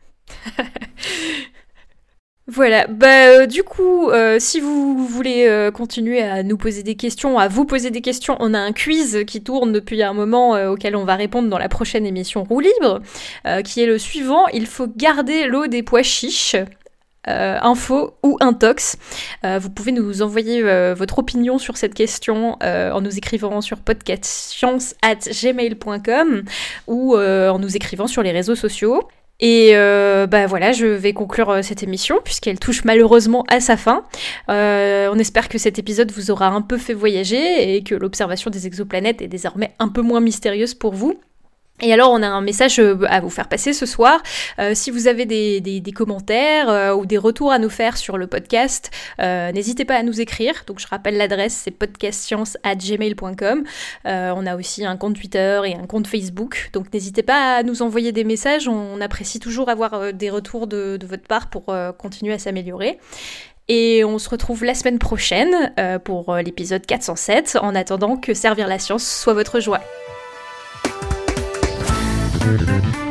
Voilà, bah euh, du coup, euh, si vous voulez euh, continuer à nous poser des questions, à vous poser des questions, on a un quiz qui tourne depuis un moment euh, auquel on va répondre dans la prochaine émission Roue Libre, euh, qui est le suivant: il faut garder l'eau des pois chiches. Euh, info ou intox. Euh, vous pouvez nous envoyer euh, votre opinion sur cette question euh, en nous écrivant sur podcastscience arobase gmail point com ou euh, en nous écrivant sur les réseaux sociaux. Et euh, bah voilà, je vais conclure euh, cette émission puisqu'elle touche malheureusement à sa fin. Euh, on espère que cet épisode vous aura un peu fait voyager et que l'observation des exoplanètes est désormais un peu moins mystérieuse pour vous. Et alors, on a un message à vous faire passer ce soir. Euh, si vous avez des, des, des commentaires euh, ou des retours à nous faire sur le podcast, euh, n'hésitez pas à nous écrire. Donc, je rappelle l'adresse, c'est podcastscience arobase gmail point com. Euh, on a aussi un compte Twitter et un compte Facebook. Donc, n'hésitez pas à nous envoyer des messages. On apprécie toujours avoir euh, des retours de, de votre part pour euh, continuer à s'améliorer. Et on se retrouve la semaine prochaine euh, pour euh, l'épisode quatre cent sept. En attendant que servir la science soit votre joie. Thank you.